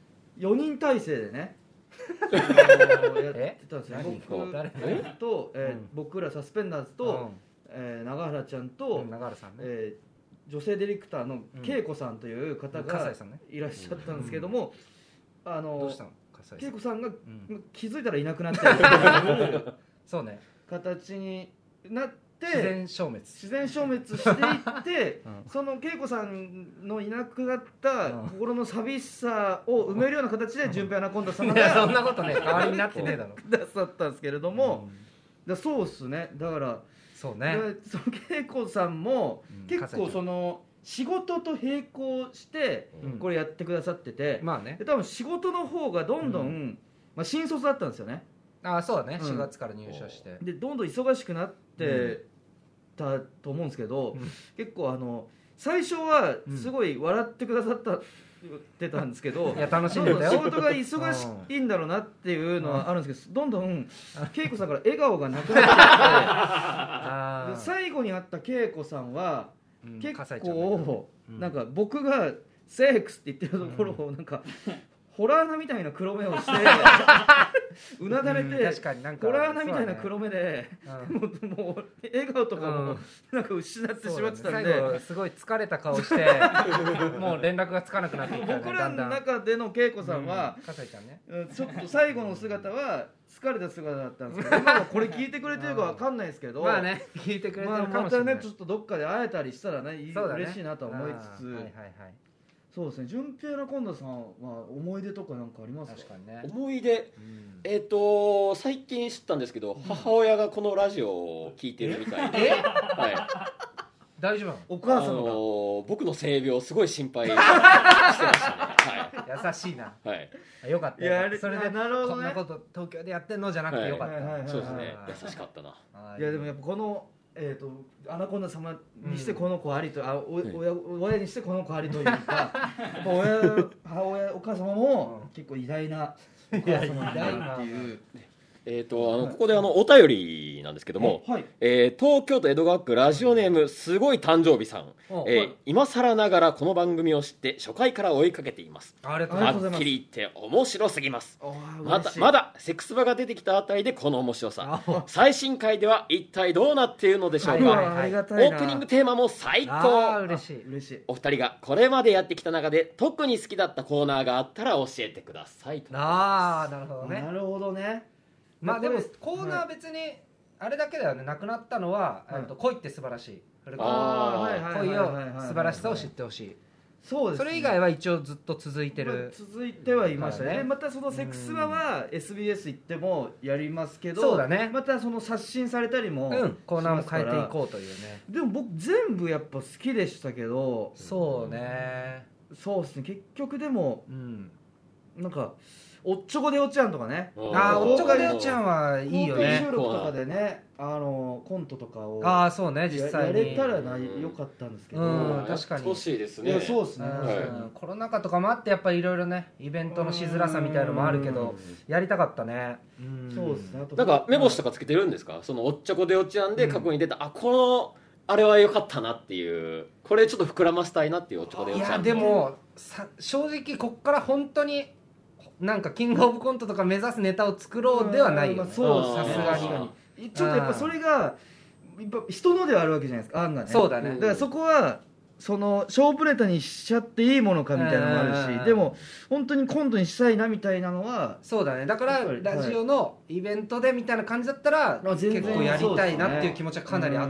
4人体制でねやってたんですよ。僕と、僕らサスペンダーズと、永原ちゃんと、 永原さんね、 女性ディレクターの恵子さんという方がいらっしゃったんですけども、 どうしたの恵子さんが気づいたらいなくなってそうね、 形になって自然消滅していってその恵子さんのいなくなった心の寂しさを埋めるような形で純平アナコンダ様がそんなことね代わりになってねえだろ出さったんですけれども、そうっすね、だからそうね、 その恵子さんも結構その仕事と並行してこれやってくださってて、 まあね、 多分仕事の方がどんどん、新卒だったんですよね。 そうだね、4月から入社してでどんどん忙しくなってたと思うんですけど、結構最初はすごい笑ってくださってたんですけど、 いや楽しんでたよ、 仕事が忙しいんだろうなっていうのはあるんですけど、どんどん恵子さんから笑顔がなくなってきて最後に会った恵子さんは結構なんか僕がセックスって言ってるところをなんかホラー穴みたいな黒目をしてうなだれて、 確かになんかホラー穴みたいな黒目でもう笑顔とかもなんか失ってしまってたんで、 最後すごい疲れた顔してもう連絡がつかなくなっていったよね。 僕らの中での恵子さんは笠井ちゃんね、 ちょっと最後の姿は疲れた姿だったんですけど、今はこれ聞いてくれてるかわかんないですけど、 まあね聞いてくれてるかもましれない、 たねちょっとどっかで会えたりしたらね嬉しいなと思いつつ、そうですね、純平アナコンダさんは思い出とかなんかありますか？ 確かにね、 思い出、最近知ったんですけど、母親がこのラジオを聞いてるみたいで、 大丈夫なの？ お母さんが僕の性病すごい心配してましたね。 優しいな。よかったよ。 それでなるほどね、 こんなこと東京でやってんのじゃなくてよかった。 そうですね、優しかったな。 いやでもやっぱこのアナコンダ様にしてこの子ありと、親にしてこの子ありというか、やっぱ母親お母様も結構偉大なお母様だっていう。 ここでお便りなんですけども、東京都江戸川区ラジオネームすごい誕生日さん、今更ながらこの番組を知って初回から追いかけています。 ありがとうございます。 はっきり言って面白すぎます。まだセックス場が出てきたあたりでこの面白さ、最新回では一体どうなっているのでしょうか。オープニングテーマも最高。 嬉しい。 お二人がこれまでやってきた中で特に好きだったコーナーがあったら教えてください。 なるほどね。 なるほどね。 まあでもコーナー別にあれだけだよね、なくなったのは恋って素晴らしい、恋を素晴らしさを知ってほしい、そうです、それ以外は一応ずっと続いてる、 続いてはいましたね。またそのセックス場は SBS 行ってもやりますけど、 そうだね、 またその刷新されたりもコーナーも変えていこうというね。 でも僕全部やっぱ好きでしたけど、 そうね、 そうですね、結局でもなんかおっちょこでおちゃんとかね、 おっちょこでおちゃんはいいよね。 収録とかでね、コントとかをそうね、実際にやれたらよかったんですけど、 確かに欲しいですね。 そうですね。 コロナ禍とかもあってやっぱりいろいろね、イベントのしづらさみたいのもあるけど、やりたかったね。 そうですね。 なんか目星とかつけてるんですか？そのおっちょこでおちゃんで過去に出た、このあれは良かったなっていう、これちょっと膨らませたいなっていうおっちょこでおちゃん。 いやでも正直こっから本当になんかキングオブコントとか目指すネタを作ろうではないよね。 そうさすがにちょっとやっぱそれが人のではあるわけじゃないですか、案がね。 そうだね。 だからそこはその勝負ネタにしちゃっていいものかみたいなのもあるし、でも本当にコントにしたいなみたいなのは、 そうだね。だからラジオのイベントでみたいな感じだったら結構やりたいなっていう気持ちはかなりあった。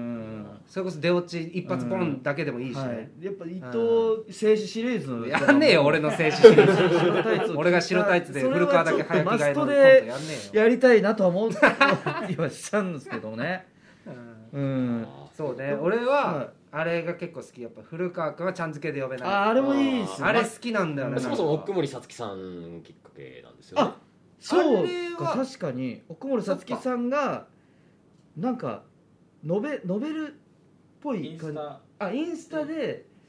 それこそ出落ち一発ポンだけでもいいしね。 やっぱ伊藤静止シリーズのやんねえよ、俺の静止シリーズ。俺が白タイツで古川だけ早着替えのコントやんねえよ。 やりたいなとは思ってはしたんですけどね。 そうね、俺はあれが結構好き。やっぱ古川君はちゃん付けで呼べない。 あれもいいっすね。 あれ好きなんだよね。 そもそも奥森さつきさんきっかけなんですよね。 そうか、確かに奥森さつきさんがなんかノベルっぽい感じ、インスタで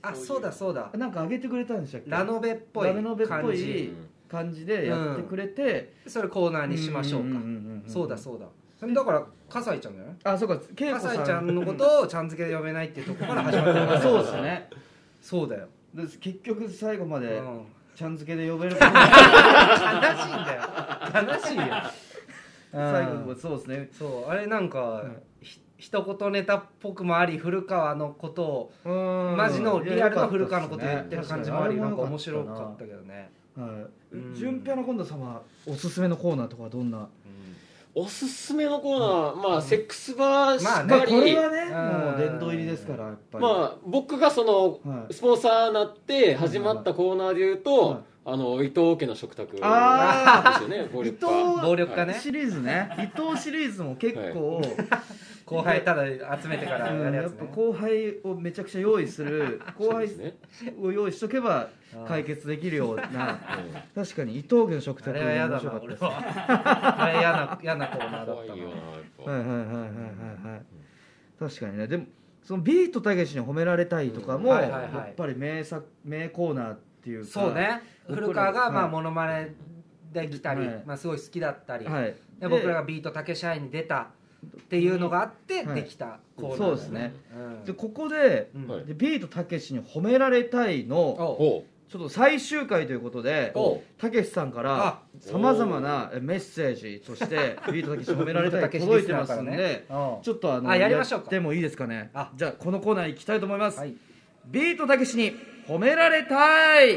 あ、そうだそうだ、 なんかあげてくれたんでしたっけ。 ラノベっぽい感じでやってくれて、 それコーナーにしましょうか。そうだそうだ、それだから笠井ちゃんじゃない。 あ、そうか、 笠井ちゃんのことをちゃん付けで呼べないっていうところから始まったそうですね。 そうだよ。 結局最後までちゃん付けで呼べる悲しいんだよ、悲しいよ。 最後もそうですね。 そう、あれなんか一言ネタっぽくもあり、古川のことをマジのリアルの古川のことを言ってる感じもあり、なんか面白かったけどね。 純平の今度様おすすめのコーナーとかどんな。 おすすめのコーナー、まあセックスバーしかり、 まあこれはねもう殿堂入りですから、やっぱり。 まあ僕がそのスポンサーになって始まったコーナーでいうと、伊藤家の食卓ですよね。暴力家ねシリーズね。伊藤シリーズも結構後輩ただ集めてからやるやつね。 やっぱ後輩をめちゃくちゃ用意する、後輩を用意しとけば解決できるような。確かに伊藤家の食卓あれは嫌だな、俺は。あれ嫌なコーナーだったな。 はいはいはいはい。確かにね。でもそのビートたけしに褒められたいとかもやっぱり名コーナーっていうか。 そうね。古川がまあモノマネで来たり、まあすごい好きだったり、で僕らがビートたけし杯に出たっていうのがあってできたコーナー。 そうですね。でここでビートたけしに褒められたいのちょっと最終回ということで、たけしさんからさまざまなメッセージとしてビートたけし褒められたい届いてますんで、ちょっとやってもいいですかね。じゃあこのコーナー行きたいと思います。ビートたけしに褒められたい。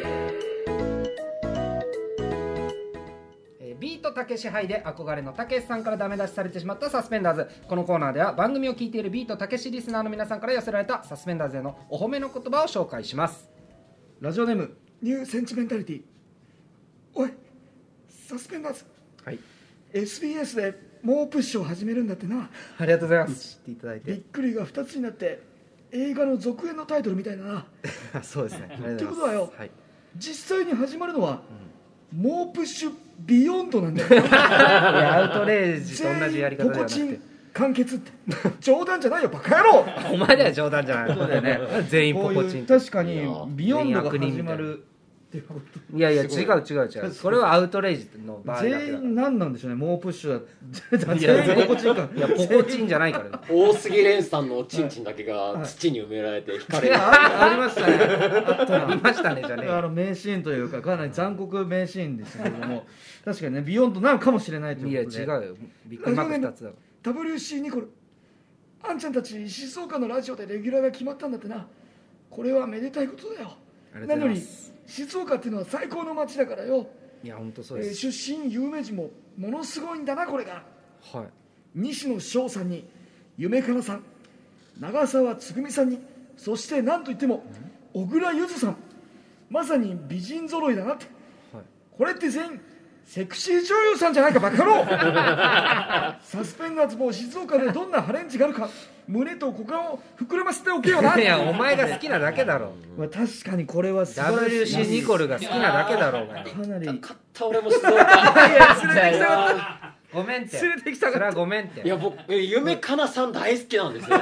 ビートたけし杯で憧れのたけしさんからダメ出しされてしまったサスペンダーズ。このコーナーでは番組を聞いているビートたけしリスナーの皆さんから寄せられたサスペンダーズへのお褒めの言葉を紹介します。 ラジオネームニューセンチメンタリティ。おいサスペンダーズ、SBS で猛プッシュを始めるんだってな。 ありがとうございます。知っていただいてびっくりが2つになって映画の続編のタイトルみたいだな。 そうですね。 ってことはよ、実際に始まるのは、猛プッシュビヨンドなんだよ。 アウトレイジと同じやり方ではなくて完結って冗談じゃないよバカ野郎。 お前らは冗談じゃない。そうだよね。全員ポコチン。 確かにビヨンドが始まるってこと。 いやいや違う。これはアウトレイジの場合だけだ。 全員何なんでしょうね。猛プッシュだ。全員ポコチンか。 いやポコチンじゃないから。 大杉蓮さんのチンチンだけが土に埋められて引かれる。 ありましたね。 ありましたねじゃね。 名シーンというかかなり残酷名シーンですけども、確かにねビヨンドなのかもしれないということで。 いや違うよ。ビッグマック2つだ。 WC ニコル、あんちゃんたち静岡のラジオでレギュラーが決まったんだってな。これはめでたいことだよ。なのに静岡っていうのは最高の街だからよ。 いや本当そうです。 出身有名人もものすごいんだなこれが。西野翔さんに夢かなさん、長澤つぐみさんに、そして何といっても小倉ゆずさん、まさに美人揃いだなって。これって全員セクシー女優さんじゃないかバカ野郎。サスペンダーズも静岡でどんなハレンチがあるか胸と股間を膨らませておけよな。 いやお前が好きなだけだろ。 確かにこれは素晴らしい。 WC ニコルが好きなだけだろうが。 かなり勝った俺も静岡。いや連れてきたかった。 ごめんって。 連れてきたかった。 それはごめんって。 いや僕夢かなさん大好きなんですよ。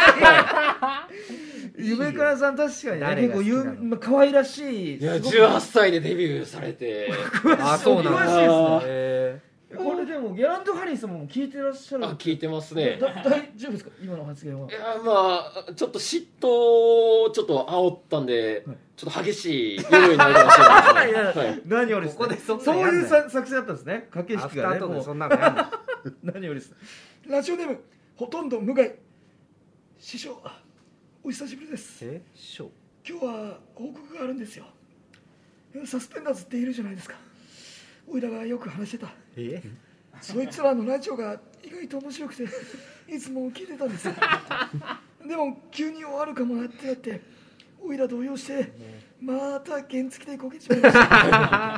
夢かなさん確かにね、結構可愛らしい。 いや18歳でデビューされて。 あそうなんだ。 これでもギャランド・ハリーさんも聞いてらっしゃる。 聞いてますね。 大丈夫ですか今の発言は。 いやまあちょっと嫉妬をちょっと煽ったんで、ちょっと激しい夜になるかもしれないですね。 何よりですね。そういう作戦だったんですね。駆け引きがね。もうそんなのやんの。 何よりです。ラジオネームほとんど無害。師匠お久しぶりです。 師匠。 今日は報告があるんですよ。サスペンダーズっているじゃないですか。おいらがよく話してた。そいつらのラジオが意外と面白くていつも聞いてたんですよ。でも急に終わるかもなってなっておいら動揺してまた原付でこけちまいました。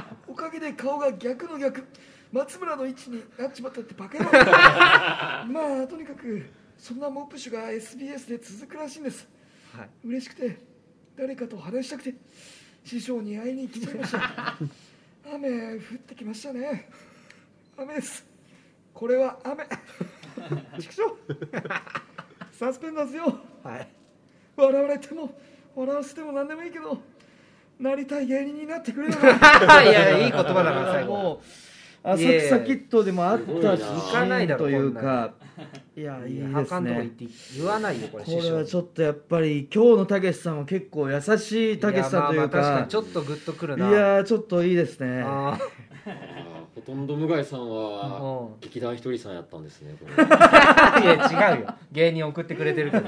おかげで顔が逆の逆、松村の位置になっちまったってバカ野郎。まあとにかくそんな猛プッシュが SBS で続くらしいんです。嬉しくて誰かと話したくて師匠に会いに来ちゃいました。雨降ってきましたね。雨です。これは雨。畜生。サスペンダーズよ。笑われても笑わせても何でもいいけどなりたい芸人になってくれよな。 いやいい言葉だな最後。 もう浅草キッドでもあったし行かないだろというか、いやいいですね。 言わないよこれ。 これはちょっとやっぱり今日のたけしさんは結構優しいたけしさんというか、 確かにちょっとグッとくるな。 いやちょっといいですね。 ほとんど向井さんは劇団ひとりさんやったんですね。 いや違うよ、芸人送ってくれてるけど。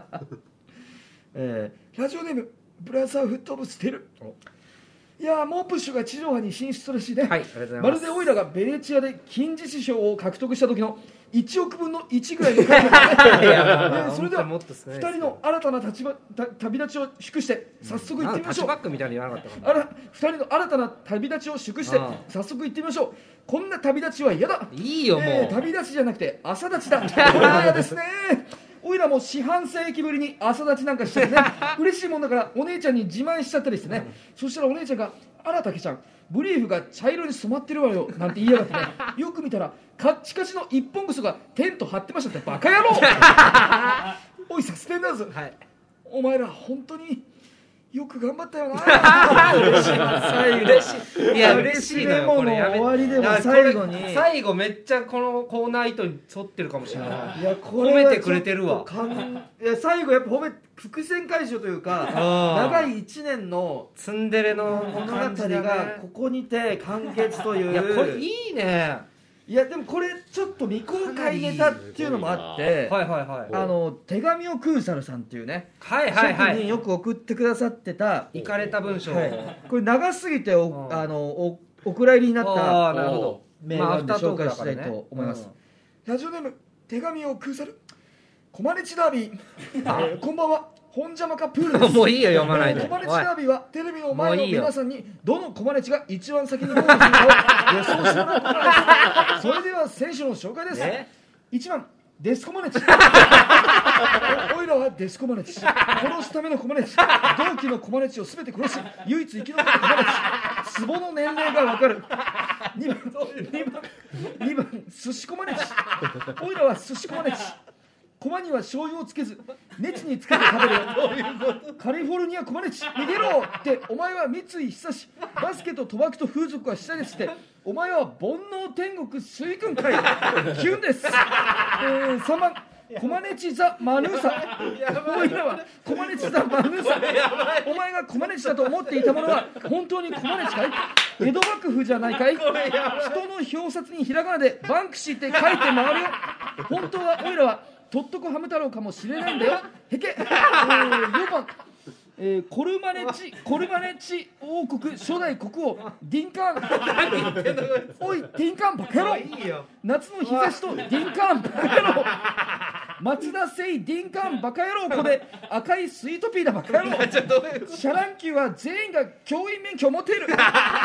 ラジオネームブラザーフットオブステル。いやモープッシュが地上波に進出らしいね。 はい、ありがとうございます。 まるでオイラがベネチアで金獅子賞を獲得した時の1億分の1ぐらいの感覚。それでは2人の新たな旅立ちを祝して早速行ってみましょう。 タッチバックみたいに言わなかったかな。 2人の新たな旅立ちを祝して早速行ってみましょう。こんな旅立ちは嫌だ。 いいよもう。 旅立ちじゃなくて朝立ちだ。これは嫌ですね。おいらも四半世紀ぶりに朝立ちなんかしちゃってね。嬉しいもんだからお姉ちゃんに自慢しちゃったりしてね。そしたらお姉ちゃんが「あらたけちゃんブリーフが茶色に染まってるわよ」なんて言いやがってね。よく見たらカッチカチの一本ぐそがテント張ってましたってバカ野郎。おいサスペンダーズ、はい、お前ら本当によく頑張ったよな。 嬉しい。いや嬉しいのよこれ。 終わりでも最後に最後めっちゃこのコーナー意図に沿ってるかもしれない。 いやこれ褒めてくれてるわ。 いや最後やっぱ伏線回収というか長い1年のツンデレの物語がここにて完結という。 いやこれいいね。 いやでもこれちょっと未公開ネタっていうのもあって、手紙をクーサルさんっていうね、職人よく送ってくださってたイカれた文章、 これ長すぎてお蔵入りになったメールで紹介したいと思います。ラジオネーム手紙をクーサル。コマネチダービー、こんばんは。本邪魔かプールです。 もういいよ読まないで。 コマネチダービーはテレビの前の皆さんにどのコマネチが一番先にゴールするかを予想してもらうコーナーです。それでは選手の紹介です。1番デスコマネチ。おいらはデスコマネチ。殺すためのコマネチ。同期のコマネチを全て殺し唯一生き残ったコマネチ。ツボの年齢が分かる。2番寿司コマネチ。おいらは寿司コマネチ。駒には醤油をつけずネチにつけて食べる。カリフォルニアコマネチ逃げろって。お前は三井久志バスケと賭博と風俗は下ですって。お前は煩悩天国水軍会キュンです。3番コマネチザ・マヌーサ。おいらはコマネチザ・マヌーサ。お前がコマネチだと思っていたものは本当にコマネチかい。江戸幕府じゃないかい。人の表札にひらがなでバンクシーって書いて回るよ。本当はおいらはとっとこハム太郎かもしれないんだよ。へけ。4番コルマネチ王国初代国王ディンカーン。おいディンカーンバカ野郎。夏の日差しとディンカーンバカ野郎。松田聖ディンカーンバカ野郎。ここで赤いスイートピーだバカ野郎。シャランキューは全員が教員免許を持っている。5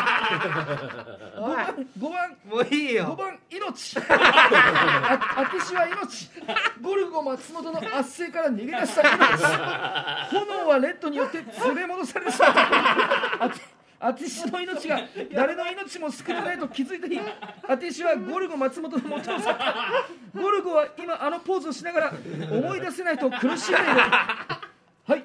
番もういいよ。 5番命。あてしは命。ゴルゴ松本の圧政から逃げ出した命。炎はレッドによって連れ戻された。あてしの命が誰の命も救わないと気づいた日、あてしはゴルゴ松本の元を去った。ゴルゴは今あのポーズをしながら思い出せないと苦しんでいる。はい、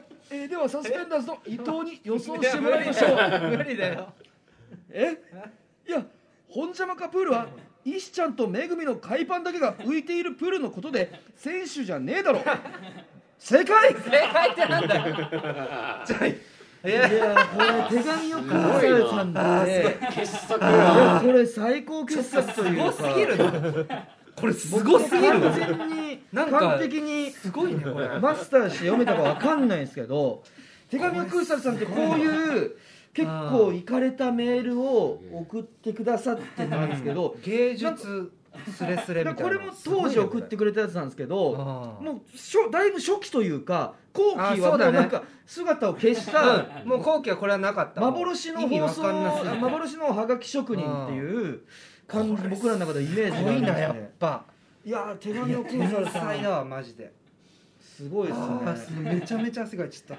ではサスペンダーズの伊藤に予想してもらいましょう。 無理だよ。 いや本邪魔かプールは石ちゃんとめぐみの海パンだけが浮いているプールのことで選手じゃねえだろ。正解ってなんだよ。 いやこれ手紙を書かれたんで傑作や。これ最高傑作というかすごすぎるな。これすごすぎる。 完全に完璧にすごいねこれ。 マスターして読めたかわかんないんですけど、手紙をクーサルさんってこういう結構イカれたメールを送ってくださってたんですけど、 芸術スレスレみたいな。 これも当時送ってくれたやつなんですけど、もうだいぶ初期というか後期はもうなんか姿を消した、 もう後期はこれはなかった。 幻の放送、幻のハガキ職人っていう感じ、僕らの中でイメージがあるんですね。 やっぱいや手紙をクーサルさんだわマジで。 すごいですね。 めちゃめちゃ汗かいちゃった。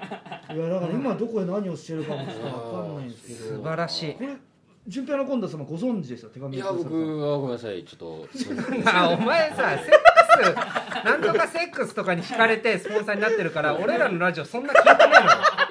いやだから今どこで何をしてるかもちょっと分かんないんですけど。 素晴らしい。 これ順平の今度様ご存知でした手紙。 いや僕はごめんなさいちょっと。 お前さセックスなんとかセックスとかに惹かれてスポンサーになってるから俺らのラジオそんな聞いてないの。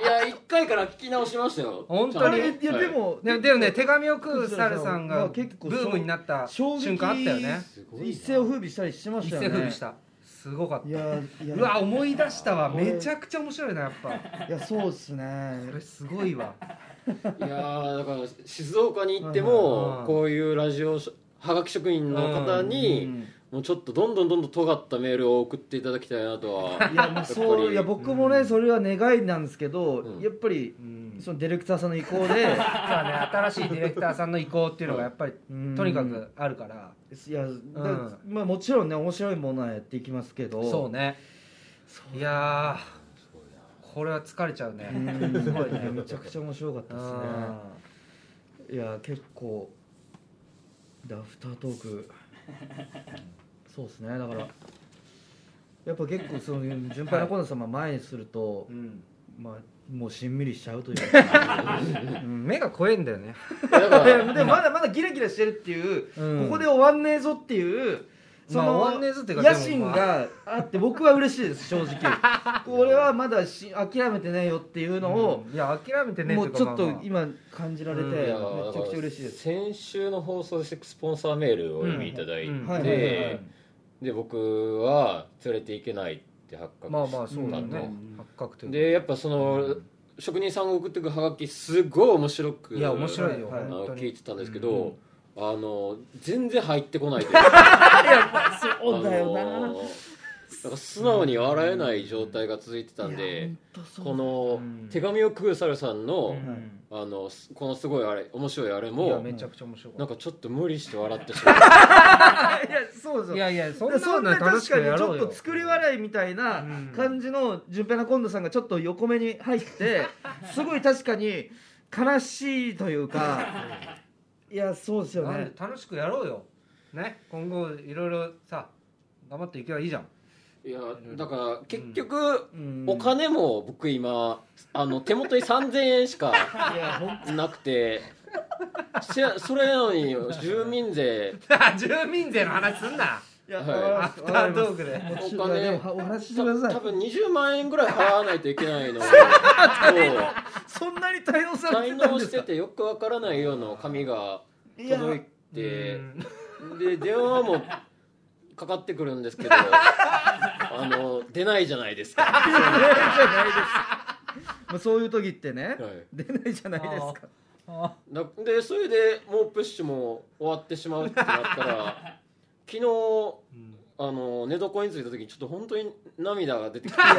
いや1回から聞き直しましたよ本当に。 いやでもね、手紙を食う猿さんがブームになった瞬間あったよね。 一世を風靡したりしてましたよね。 一世風靡した。すごかった。 いやうわ思い出したわ。めちゃくちゃ面白いなやっぱ。 いやそうですね。 これすごいわ。 いやだから静岡に行ってもこういうラジオはがき職人の方にもうちょっとどんどん尖ったメールを送っていただきたいなとは。 いやもうそういや僕もねそれは願いなんですけど、やっぱりそのディレクターさんの意向で、 新しいディレクターさんの意向っていうのがやっぱりとにかくあるから。 いやまあもちろんね面白いものはやっていきますけど。 そうね。いやこれは疲れちゃうね。 すごいね。めちゃくちゃ面白かったですね。いや結構アフタートークそうですね。だからやっぱ結構その順平のコン様前にすると、まあもうしんみりしちゃうという目が怖いんだよね。 でもまだギラギラしてるっていう、ここで終わんねえぞっていうその野心があって僕は嬉しいです正直。これはまだ諦めてねえよっていうのを、 いや諦めてねえもうちょっと今感じられてめちゃくちゃ嬉しいです。 先週の放送でスポンサーメールをお読みいただいて、で僕は連れていけないって発覚したと。でやっぱその職人さんが送ってくるはがきすごい面白く、 いや面白いよ聞いてたんですけど、全然入ってこないといういやそうだよな。 なんか素直に笑えない状態が続いてたんで、この手紙を食う猿さんのこのすごいあれ面白いあれもめちゃくちゃ面白い。 なんかちょっと無理して笑ってしまう。 いやそうそう。 いやそんな確かにちょっと作り笑いみたいな感じの順平な今度さんがちょっと横目に入ってすごい確かに悲しいというか。いやそうですよね。 楽しくやろうよね。今後いろいろさ頑張っていけばいいじゃん。 いやだから結局お金も僕今手元に3000円しかなくてそれなのに住民税住民税の話すんな。アフタートークでお金お話ししてください。 多分20万円ぐらい払わないといけないのをそんなに滞納されてたんですか。 滞納しててよくわからないような紙が届いて、で電話もかかってくるんですけど出ないじゃないですか。 出ないじゃないですか。そういう時ってね、出ないじゃないですか。 でそれでもうプッシュも終わってしまうってなったら昨日寝床に着いた時にちょっと本当に涙が出てきて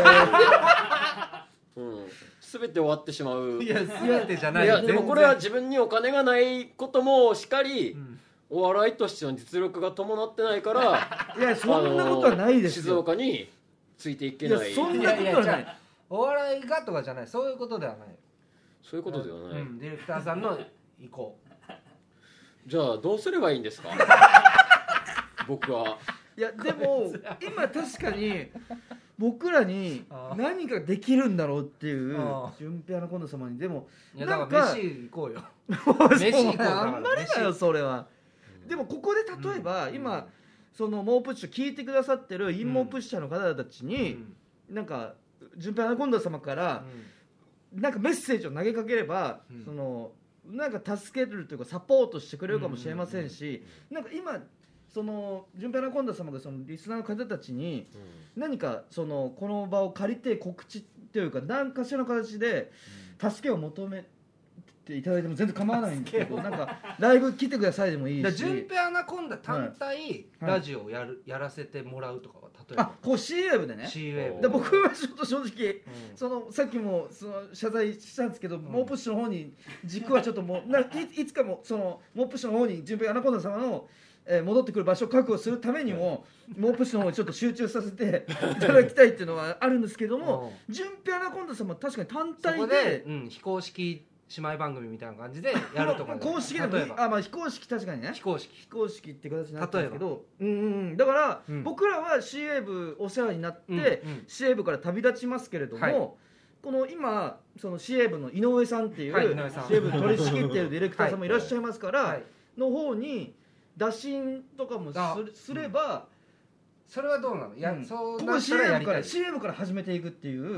全て終わってしまう。 いや全てじゃない。 いやでもこれは自分にお金がないこともしっかり、お笑いとしての実力が伴ってないからいやそんなことはないですよ。 静岡についていけない。 いやそんなことはない。 お笑いがとかじゃない。そういうことではない。 そういうことではない。 ディレクターさんの意向。 じゃあどうすればいいんですか僕は。 いやでも今確かに僕らに何ができるんだろうっていう順平の今度様に。でもなんか飯行こうよ。飯行こう。 あんまりだよそれは。でもここで例えば今その猛プッシュ聞いてくださってる陰謀プッシャーの方たちになんか順平の今度様からなんかメッセージを投げかければそのなんか助けるというかサポートしてくれるかもしれませんし、なんか今その順平の今度様がそのリスナーの方たちに何かそのこの場を借りて告知というか何かしらの形で助けを求めていただいても全然構わないんですけど、なんかライブ来てくださいでもいいし、 順平アナコンダ単体ラジオをやらせてもらうとかは例えばこう C ウェブでね。 C ウェブで僕はちょっと正直そのさっきもその謝罪したんですけど、猛プッシュの方に軸はちょっともういつかもその猛プッシュの方に順平アナコンダ様の戻ってくる場所を確保するためにも猛プッシュの方にちょっと集中させていただきたいっていうのはあるんですけども、順平アナコンダ様は確かに単体で非公式姉妹番組みたいな感じでやるとか公式でもまあ非公式確かにね非公式って形になったんですけど、だから、僕らは C ウェブお世話になって、C ウェブから旅立ちますけれども、この今その C ウェブの井上さんっていう C ウェブ取り仕切っているディレクターさんもいらっしゃいますから、の方に打診とかもすれば、 それはどうなの？いやそうここ C ウェブから始めていくっていう。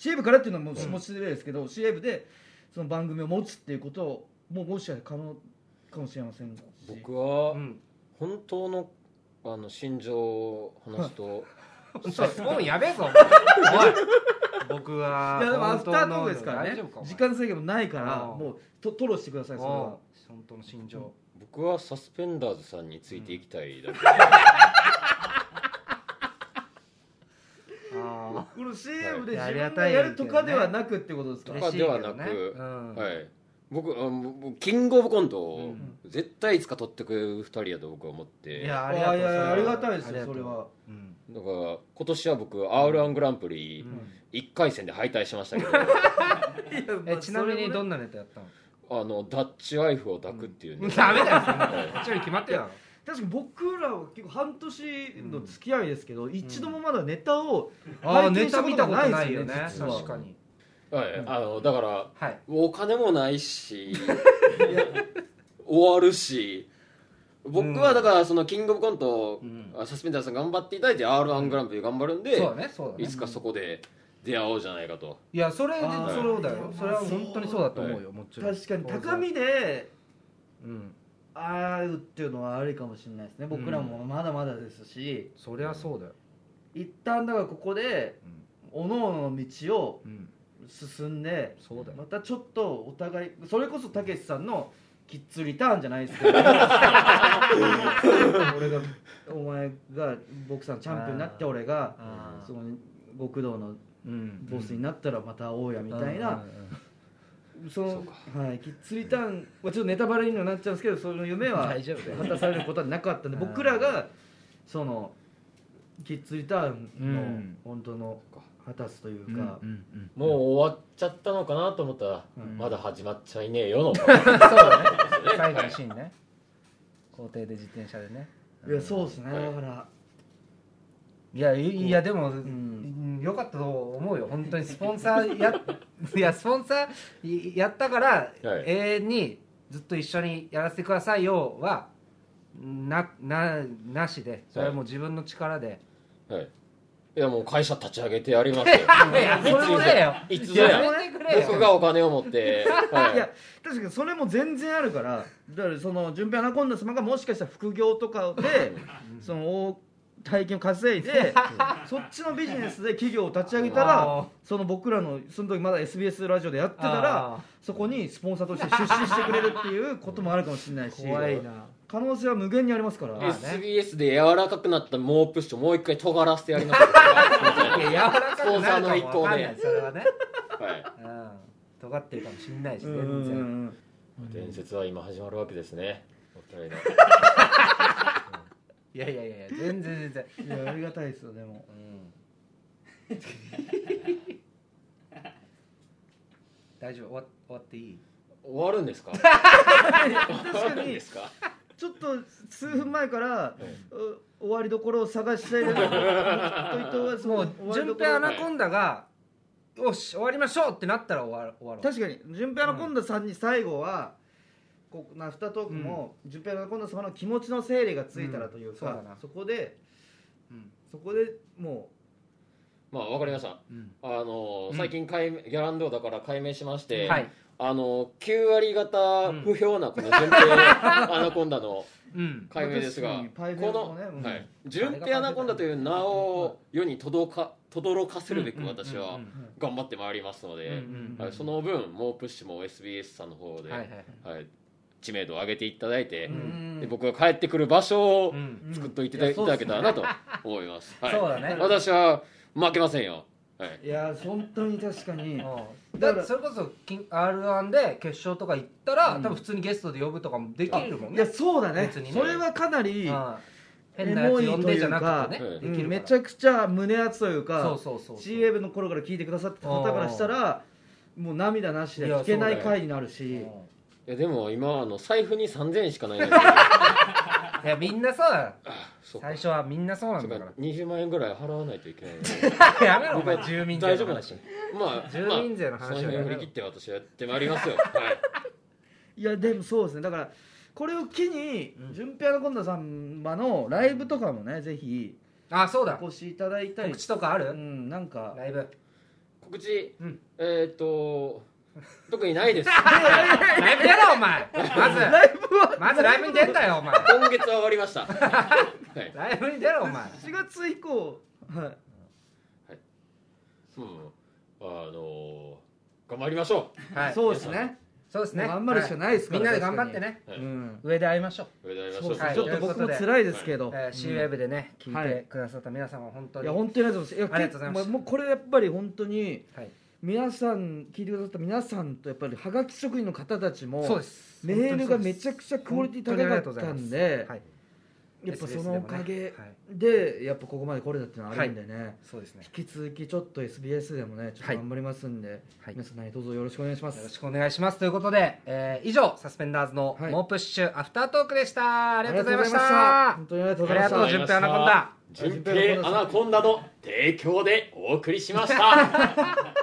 CA 部からっていうのはもう失礼ですけど、CA 部でその番組を持つっていうことをもしかしたら可能かもしれませんし、 僕は本当の心情を話すともうやべえぞおい僕はいやでもアフタートークですからね、時間制限もないからもう吐露してください。それは本当の心情。 僕はサスペンダーズさんについていきたいだけ、 この CM で自分がやるとかではなくってことですか？ とかではなく、はい、僕キングオブコントを絶対いつか取ってくれる2人やと僕は思って、 いやありがたいですよそれは。 だから今年は僕 R1 グランプリ1回戦で敗退しましたけど、 ちなみにどんなネタやったの？ ダッチワイフを抱くっていうね。 ダメだよそんなの。こっちより決まってるだろ。 確かに僕らは結構半年の付き合いですけど、一度もまだネタを拝見したことがないですよね。 確かに。 はい、だから、お金もないし終わるし、僕はだからそのキングオブコント、サスペンダーズさん頑張っていただいて R1 グランプリ頑張るんで、いつかそこで出会おうじゃないかと。 いやそれでそうだよ。それは本当にそうだと思うよ。もちろん確かに高みで会うっていうのはありかもしれないですね。僕らもまだまだですし、 そりゃそうだよ。 一旦だからここで各々の道を進んで、またちょっとお互いそれこそたけしさんのキッズリターンじゃないですけど俺がお前がボクサーのチャンピオンになって俺がその極道のボスになったらまた会おうやみたいな、そのキッズリターンはちょっとネタバレにはなっちゃうんですけど、その夢は果たされることはなかったんで、僕らがそのキッズリターンの本当の果たすというか、 もう終わっちゃったのかなと思ったら、まだ始まっちゃいねえよのそうだね。最後のシーンね、校庭で自転車でね。 いやそうですね。だからいやでも良かったと思うよ本当に。スポンサースポンサーやったから永遠にずっと一緒にやらせてくださいよはなしで、それはもう自分の力で。 いやもう会社立ち上げてやりますよ。いつぞや僕がお金を持って、 いや確かにそれも全然あるから、だからその純平アナコンダ様がもしかしたら副業とかでその大金を稼いでそっちのビジネスで企業を立ち上げたら、その僕らのその時まだ SBS ラジオでやってたらそこにスポンサーとして出資してくれるっていうこともあるかもしれないし、 怖いな。 可能性は無限にありますから。 SBS で柔らかくなった猛プッシュもう一回尖らせてやりますよ。 柔らかくなるかも分かんない。 スポンサーの意向でそれはね。尖ってるかもしれないし、全然。 伝説は今始まるわけですね。お二人の。 いや全然いやありがたいですよ。でも大丈夫。終わっていい？ 終わるんですか？ 確かにちょっと数分前から終わりどころを探してる。 もう純平アナコンダがよし終わりましょうってなったら終わろう。確かに純平アナコンダさんに最後はこうアフタートークも純平アナコンダ様の気持ちの整理がついたらというか、そこでもうまあ分かりました。最近ギャランドだから改名しまして、9割方不評なこの純平アナコンダの解明ですが、この純平アナコンダという名を世に轟かせるべく私は頑張ってまいりますので、その分猛プッシュも SBS さんの方で知名度を上げていただいて、僕が帰ってくる場所を作っていただけたらなと思います。私は負けませんよ。 いや本当に確かに。 だってそれこそ R1 で決勝とか行ったら多分普通にゲストで呼ぶとかもできるもんね。 いやそうだね。それはかなり変なやつ呼んでじゃなくてね、 めちゃくちゃ胸熱というか、CA の頃から聞いてくださってた方からしたらもう涙なしで聞けない回になるし。 いやでも今財布に3000円しかないのでいやみんなそうだ。最初はみんなそうなんだから。 20万円ぐらい払わないといけないやめろお前。住民税の話。 まあ住民税の話は振り切って私はやってまいりますよ。 いやでもそうですね。だからこれを機に純平アナコンダ様のライブとかもねぜひそうだお越しいただいたり。 告知とかある？ なんかライブ告知、特にないです。 ライブ出ろお前。まずライブに出んだよお前。 今月は終わりました。 ライブに出ろお前。 4月以降、はい。 頑張りましょう。はい。そうですね。 そうですね。 頑張るしかないですから。 みんなで頑張ってね。上で会いましょう。 ちょっと僕も辛いですけど。 C-Web でね聞いてくださった皆様本当に。 いや本当にありがとうございます。もうこれやっぱり本当に。皆さん聞いてくださった皆さんとやっぱりはがき職員の方たちもメールがめちゃくちゃクオリティ高かったんで、やっぱそのおかげでやっぱここまで来れたっていうのはあるんでね、引き続きちょっと SBS でもねちょっと頑張りますんで、皆さんどうぞよろしくお願いします。 よろしくお願いしますということで、以上サスペンダーズの猛プッシュアフタートークでした。ありがとうございました。 本当にありがとうございました。 ありがとう順平アナコンダ。 順平アナコンダの提供でお送りしました。